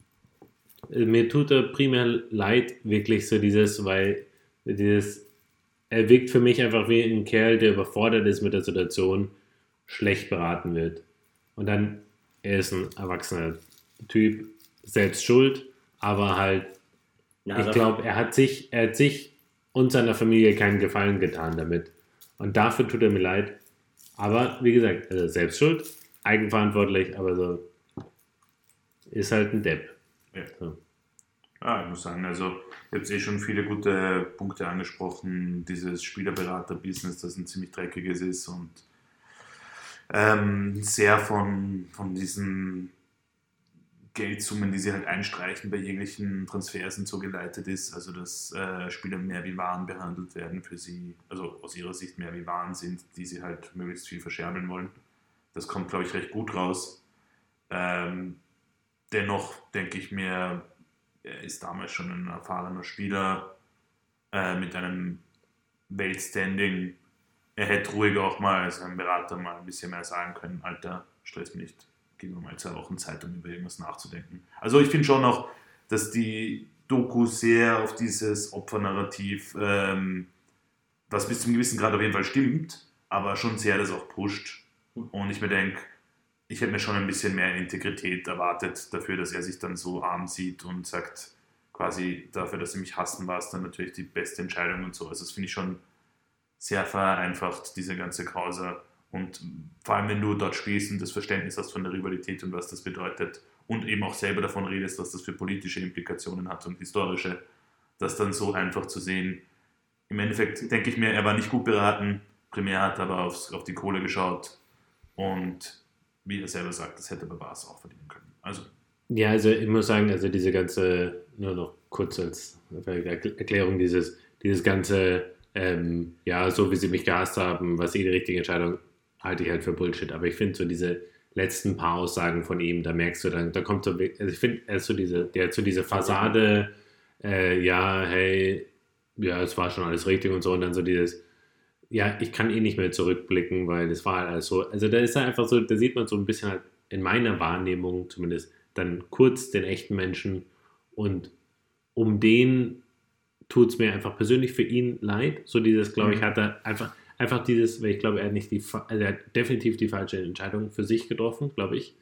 mir tut er primär leid, wirklich so dieses, weil dieses, er wirkt für mich einfach wie ein Kerl, der überfordert ist mit der Situation, schlecht beraten wird. Und dann, er ist ein erwachsener Typ, selbst schuld, aber halt, Ja, ich glaube, er hat sich, er hat sich und seiner Familie keinen Gefallen getan damit. Und dafür tut er mir leid. Aber wie gesagt, also selbst schuld, eigenverantwortlich, aber so ist halt ein Depp. Ja. So. Ja, ich muss sagen, also ihr habt eh schon viele gute Punkte angesprochen. Dieses Spielerberater-Business, das ein ziemlich dreckiges ist und ähm, sehr von, von diesen Geldsummen, die sie halt einstreichen bei jeglichen Transfersen so geleitet ist, also dass äh, Spieler mehr wie Waren behandelt werden für sie, also aus ihrer Sicht mehr wie Waren sind, die sie halt möglichst viel verscherbeln wollen. Das kommt, glaube ich, recht gut raus. Ähm, dennoch denke ich mir, er ist damals schon ein erfahrener Spieler äh, mit einem Weltstanding. Er hätte ruhig auch mal seinem Berater mal ein bisschen mehr sagen können, Alter, stress mich nicht. Gib mir mal zwei Wochen Zeit, um über irgendwas nachzudenken. Also ich finde schon noch, dass die Doku sehr auf dieses Opfernarrativ, ähm, was bis zu einem gewissen Grad auf jeden Fall stimmt, aber schon sehr das auch pusht. Und ich mir denke, ich hätte mir schon ein bisschen mehr Integrität erwartet dafür, dass er sich dann so arm sieht und sagt, quasi dafür, dass sie mich hassen, war es dann natürlich die beste Entscheidung und so. Also das finde ich schon sehr vereinfacht, diese ganze Causa. Und vor allem, wenn du dort spielst und das Verständnis hast von der Rivalität und was das bedeutet und eben auch selber davon redest, was das für politische Implikationen hat und historische, das dann so einfach zu sehen. Im Endeffekt denke ich mir, er war nicht gut beraten, primär hat aber aufs, auf die Kohle geschaut und wie er selber sagt, das hätte bei Barca auch verdienen können. Also. Ja, also ich muss sagen, also diese ganze, nur noch kurz als Erklärung, dieses, dieses ganze, ähm, ja, so wie sie mich gehasst haben, was eh die richtige Entscheidung, halte ich halt für Bullshit. Aber ich finde so diese letzten paar Aussagen von ihm, da merkst du dann, da kommt so, also ich finde, er ist so diese, der hat so diese Fassade, äh, ja, hey, ja, es war schon alles richtig und so, und dann so dieses, ja, ich kann eh nicht mehr zurückblicken, weil das war halt alles so, also da ist er einfach so, da sieht man so ein bisschen halt in meiner Wahrnehmung zumindest dann kurz den echten Menschen und um den tut es mir einfach persönlich für ihn leid, so dieses, glaube ich, hat er einfach Einfach dieses, weil ich glaube, er hat nicht die, also er hat definitiv die falsche Entscheidung für sich getroffen, glaube ich.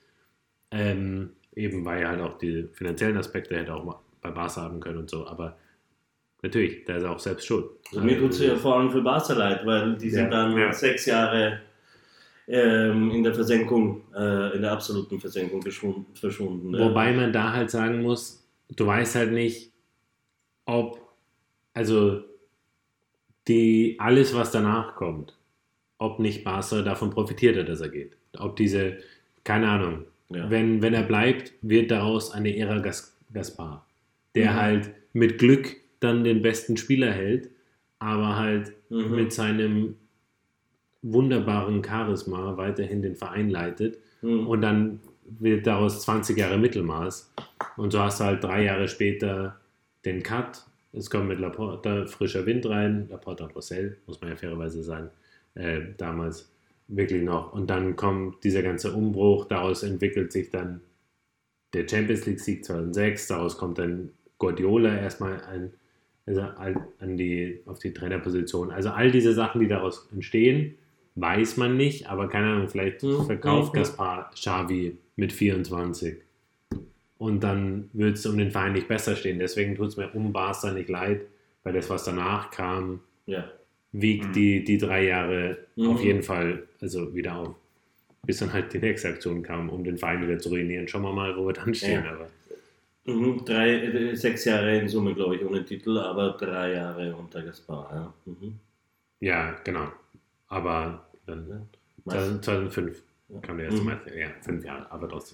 Ähm, eben weil er halt auch die finanziellen Aspekte hätte auch bei Barca haben können und so. Aber natürlich, da ist er auch selbst schuld. Also mir tut es ja vor allem für Barca leid, weil die sind Ja, dann ja. sechs Jahre ähm, in der Versenkung, äh, in der absoluten Versenkung geschwunden, verschwunden. ja. Wobei man da halt sagen muss, du weißt halt nicht, ob, also die, alles, was danach kommt, ob nicht Barca davon profitiert hat, dass er geht. Ob diese, keine Ahnung, Ja. wenn, wenn er bleibt, wird daraus eine Ära Gas, Gaspar, der Mhm. halt mit Glück dann den besten Spieler hält, aber halt Mhm. mit seinem wunderbaren Charisma weiterhin den Verein leitet. Mhm. Und dann wird daraus zwanzig Jahre Mittelmaß. Und so hast du halt drei Jahre später den Cut. Es kommt mit Laporta frischer Wind rein. Laporta und Rossell, muss man ja fairerweise sagen, äh, damals wirklich noch. Und dann kommt dieser ganze Umbruch. Daraus entwickelt sich dann der Champions League-Sieg zweitausendsechs. Daraus kommt dann Guardiola erstmal ein, also an die, auf die Trainerposition. Also all diese Sachen, die daraus entstehen, weiß man nicht, aber keine Ahnung, vielleicht Mhm. verkauft Mhm. Gaspar Xavi mit vierundzwanzig und dann wird es um den Verein nicht besser stehen. Deswegen tut es mir um Barca nicht leid, weil das, was danach kam, Ja. wiegt Mhm. die, die drei Jahre Mhm. auf jeden Fall also wieder auf. Bis dann halt die nächste Aktion kam, um den Verein wieder zu ruinieren. Schauen wir mal, wo wir dann stehen. Ja. Aber Mhm. Drei, äh, sechs Jahre in Summe, glaube ich, ohne Titel, aber drei Jahre unter Gaspar. Ja. Mhm. ja, genau. Aber dann Ja. zweitausendfünf Ja. kam der erste Mhm. Mal. Ja, fünf Jahre, aber trotzdem.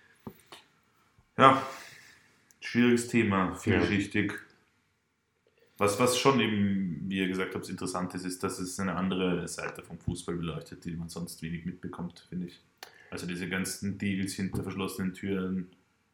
Ja, schwieriges Thema, vielschichtig. Ja. Was, was schon eben, wie ihr gesagt habt, interessant ist, ist, dass es eine andere Seite vom Fußball beleuchtet, die man sonst wenig mitbekommt, finde ich. Also diese ganzen Deals hinter verschlossenen Türen,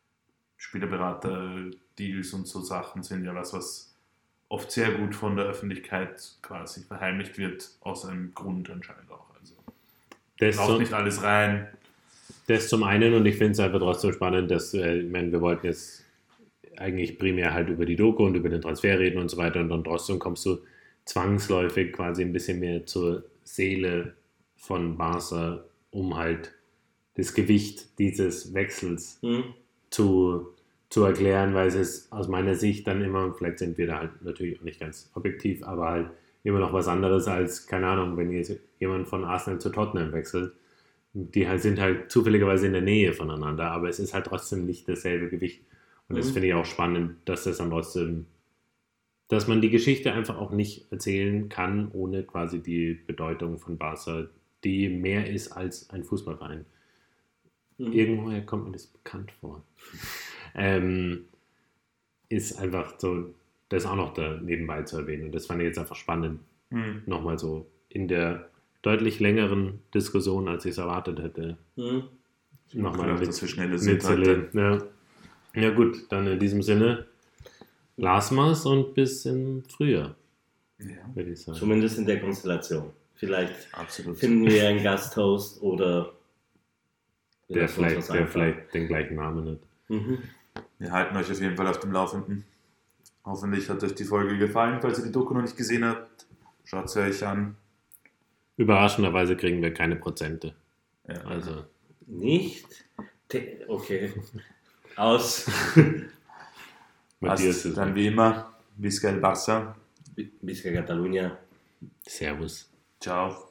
Spielerberater-Deals und so Sachen sind ja was, was oft sehr gut von der Öffentlichkeit quasi verheimlicht wird, aus einem Grund anscheinend auch. Also Das, läuft zum, nicht alles rein. das zum einen und ich finde es einfach trotzdem spannend, dass, äh, ich meine, wir wollten jetzt eigentlich primär halt über die Doku und über den Transfer reden und so weiter und dann trotzdem kommst du zwangsläufig quasi ein bisschen mehr zur Seele von Barca, um halt das Gewicht dieses Wechsels Mhm. zu, zu erklären, weil es ist aus meiner Sicht dann immer, und vielleicht sind wir da halt natürlich auch nicht ganz objektiv, aber halt immer noch was anderes als, keine Ahnung, wenn jetzt jemand von Arsenal zu Tottenham wechselt, die halt sind halt zufälligerweise in der Nähe voneinander, aber es ist halt trotzdem nicht dasselbe Gewicht. Und das Mhm. finde ich auch spannend, dass das dann trotzdem, dass man die Geschichte einfach auch nicht erzählen kann, ohne quasi die Bedeutung von Barca, die mehr ist als ein Fußballverein. Mhm. Irgendwoher kommt mir das bekannt vor. ähm, ist einfach so, das auch noch da nebenbei zu erwähnen. Und das fand ich jetzt einfach spannend, Hm. nochmal so in der deutlich längeren Diskussion, als ich es erwartet hätte, Mhm. nochmal gedacht, mit, dass wir schneller sind mitzuleben. Ja. ja gut, dann in diesem Sinne, lassen wir's und bis im Frühjahr, Ja, würde ich sagen. Zumindest in der Konstellation. Vielleicht absolut. finden wir einen Gasthost oder wir Der lassen uns vielleicht, was der einfallen. vielleicht den gleichen Namen hat. Mhm. Wir halten euch auf jeden Fall auf dem Laufenden. Hoffentlich hat euch die Folge gefallen. Falls ihr die Doku noch nicht gesehen habt, schaut sie euch an. Überraschenderweise kriegen wir keine Prozente. Ja. Also, Nicht? Te- Okay. Aus. Matthias Passt, ist dann weg. wie immer, Visca el Barça. Visca Catalunya. Servus. Ciao.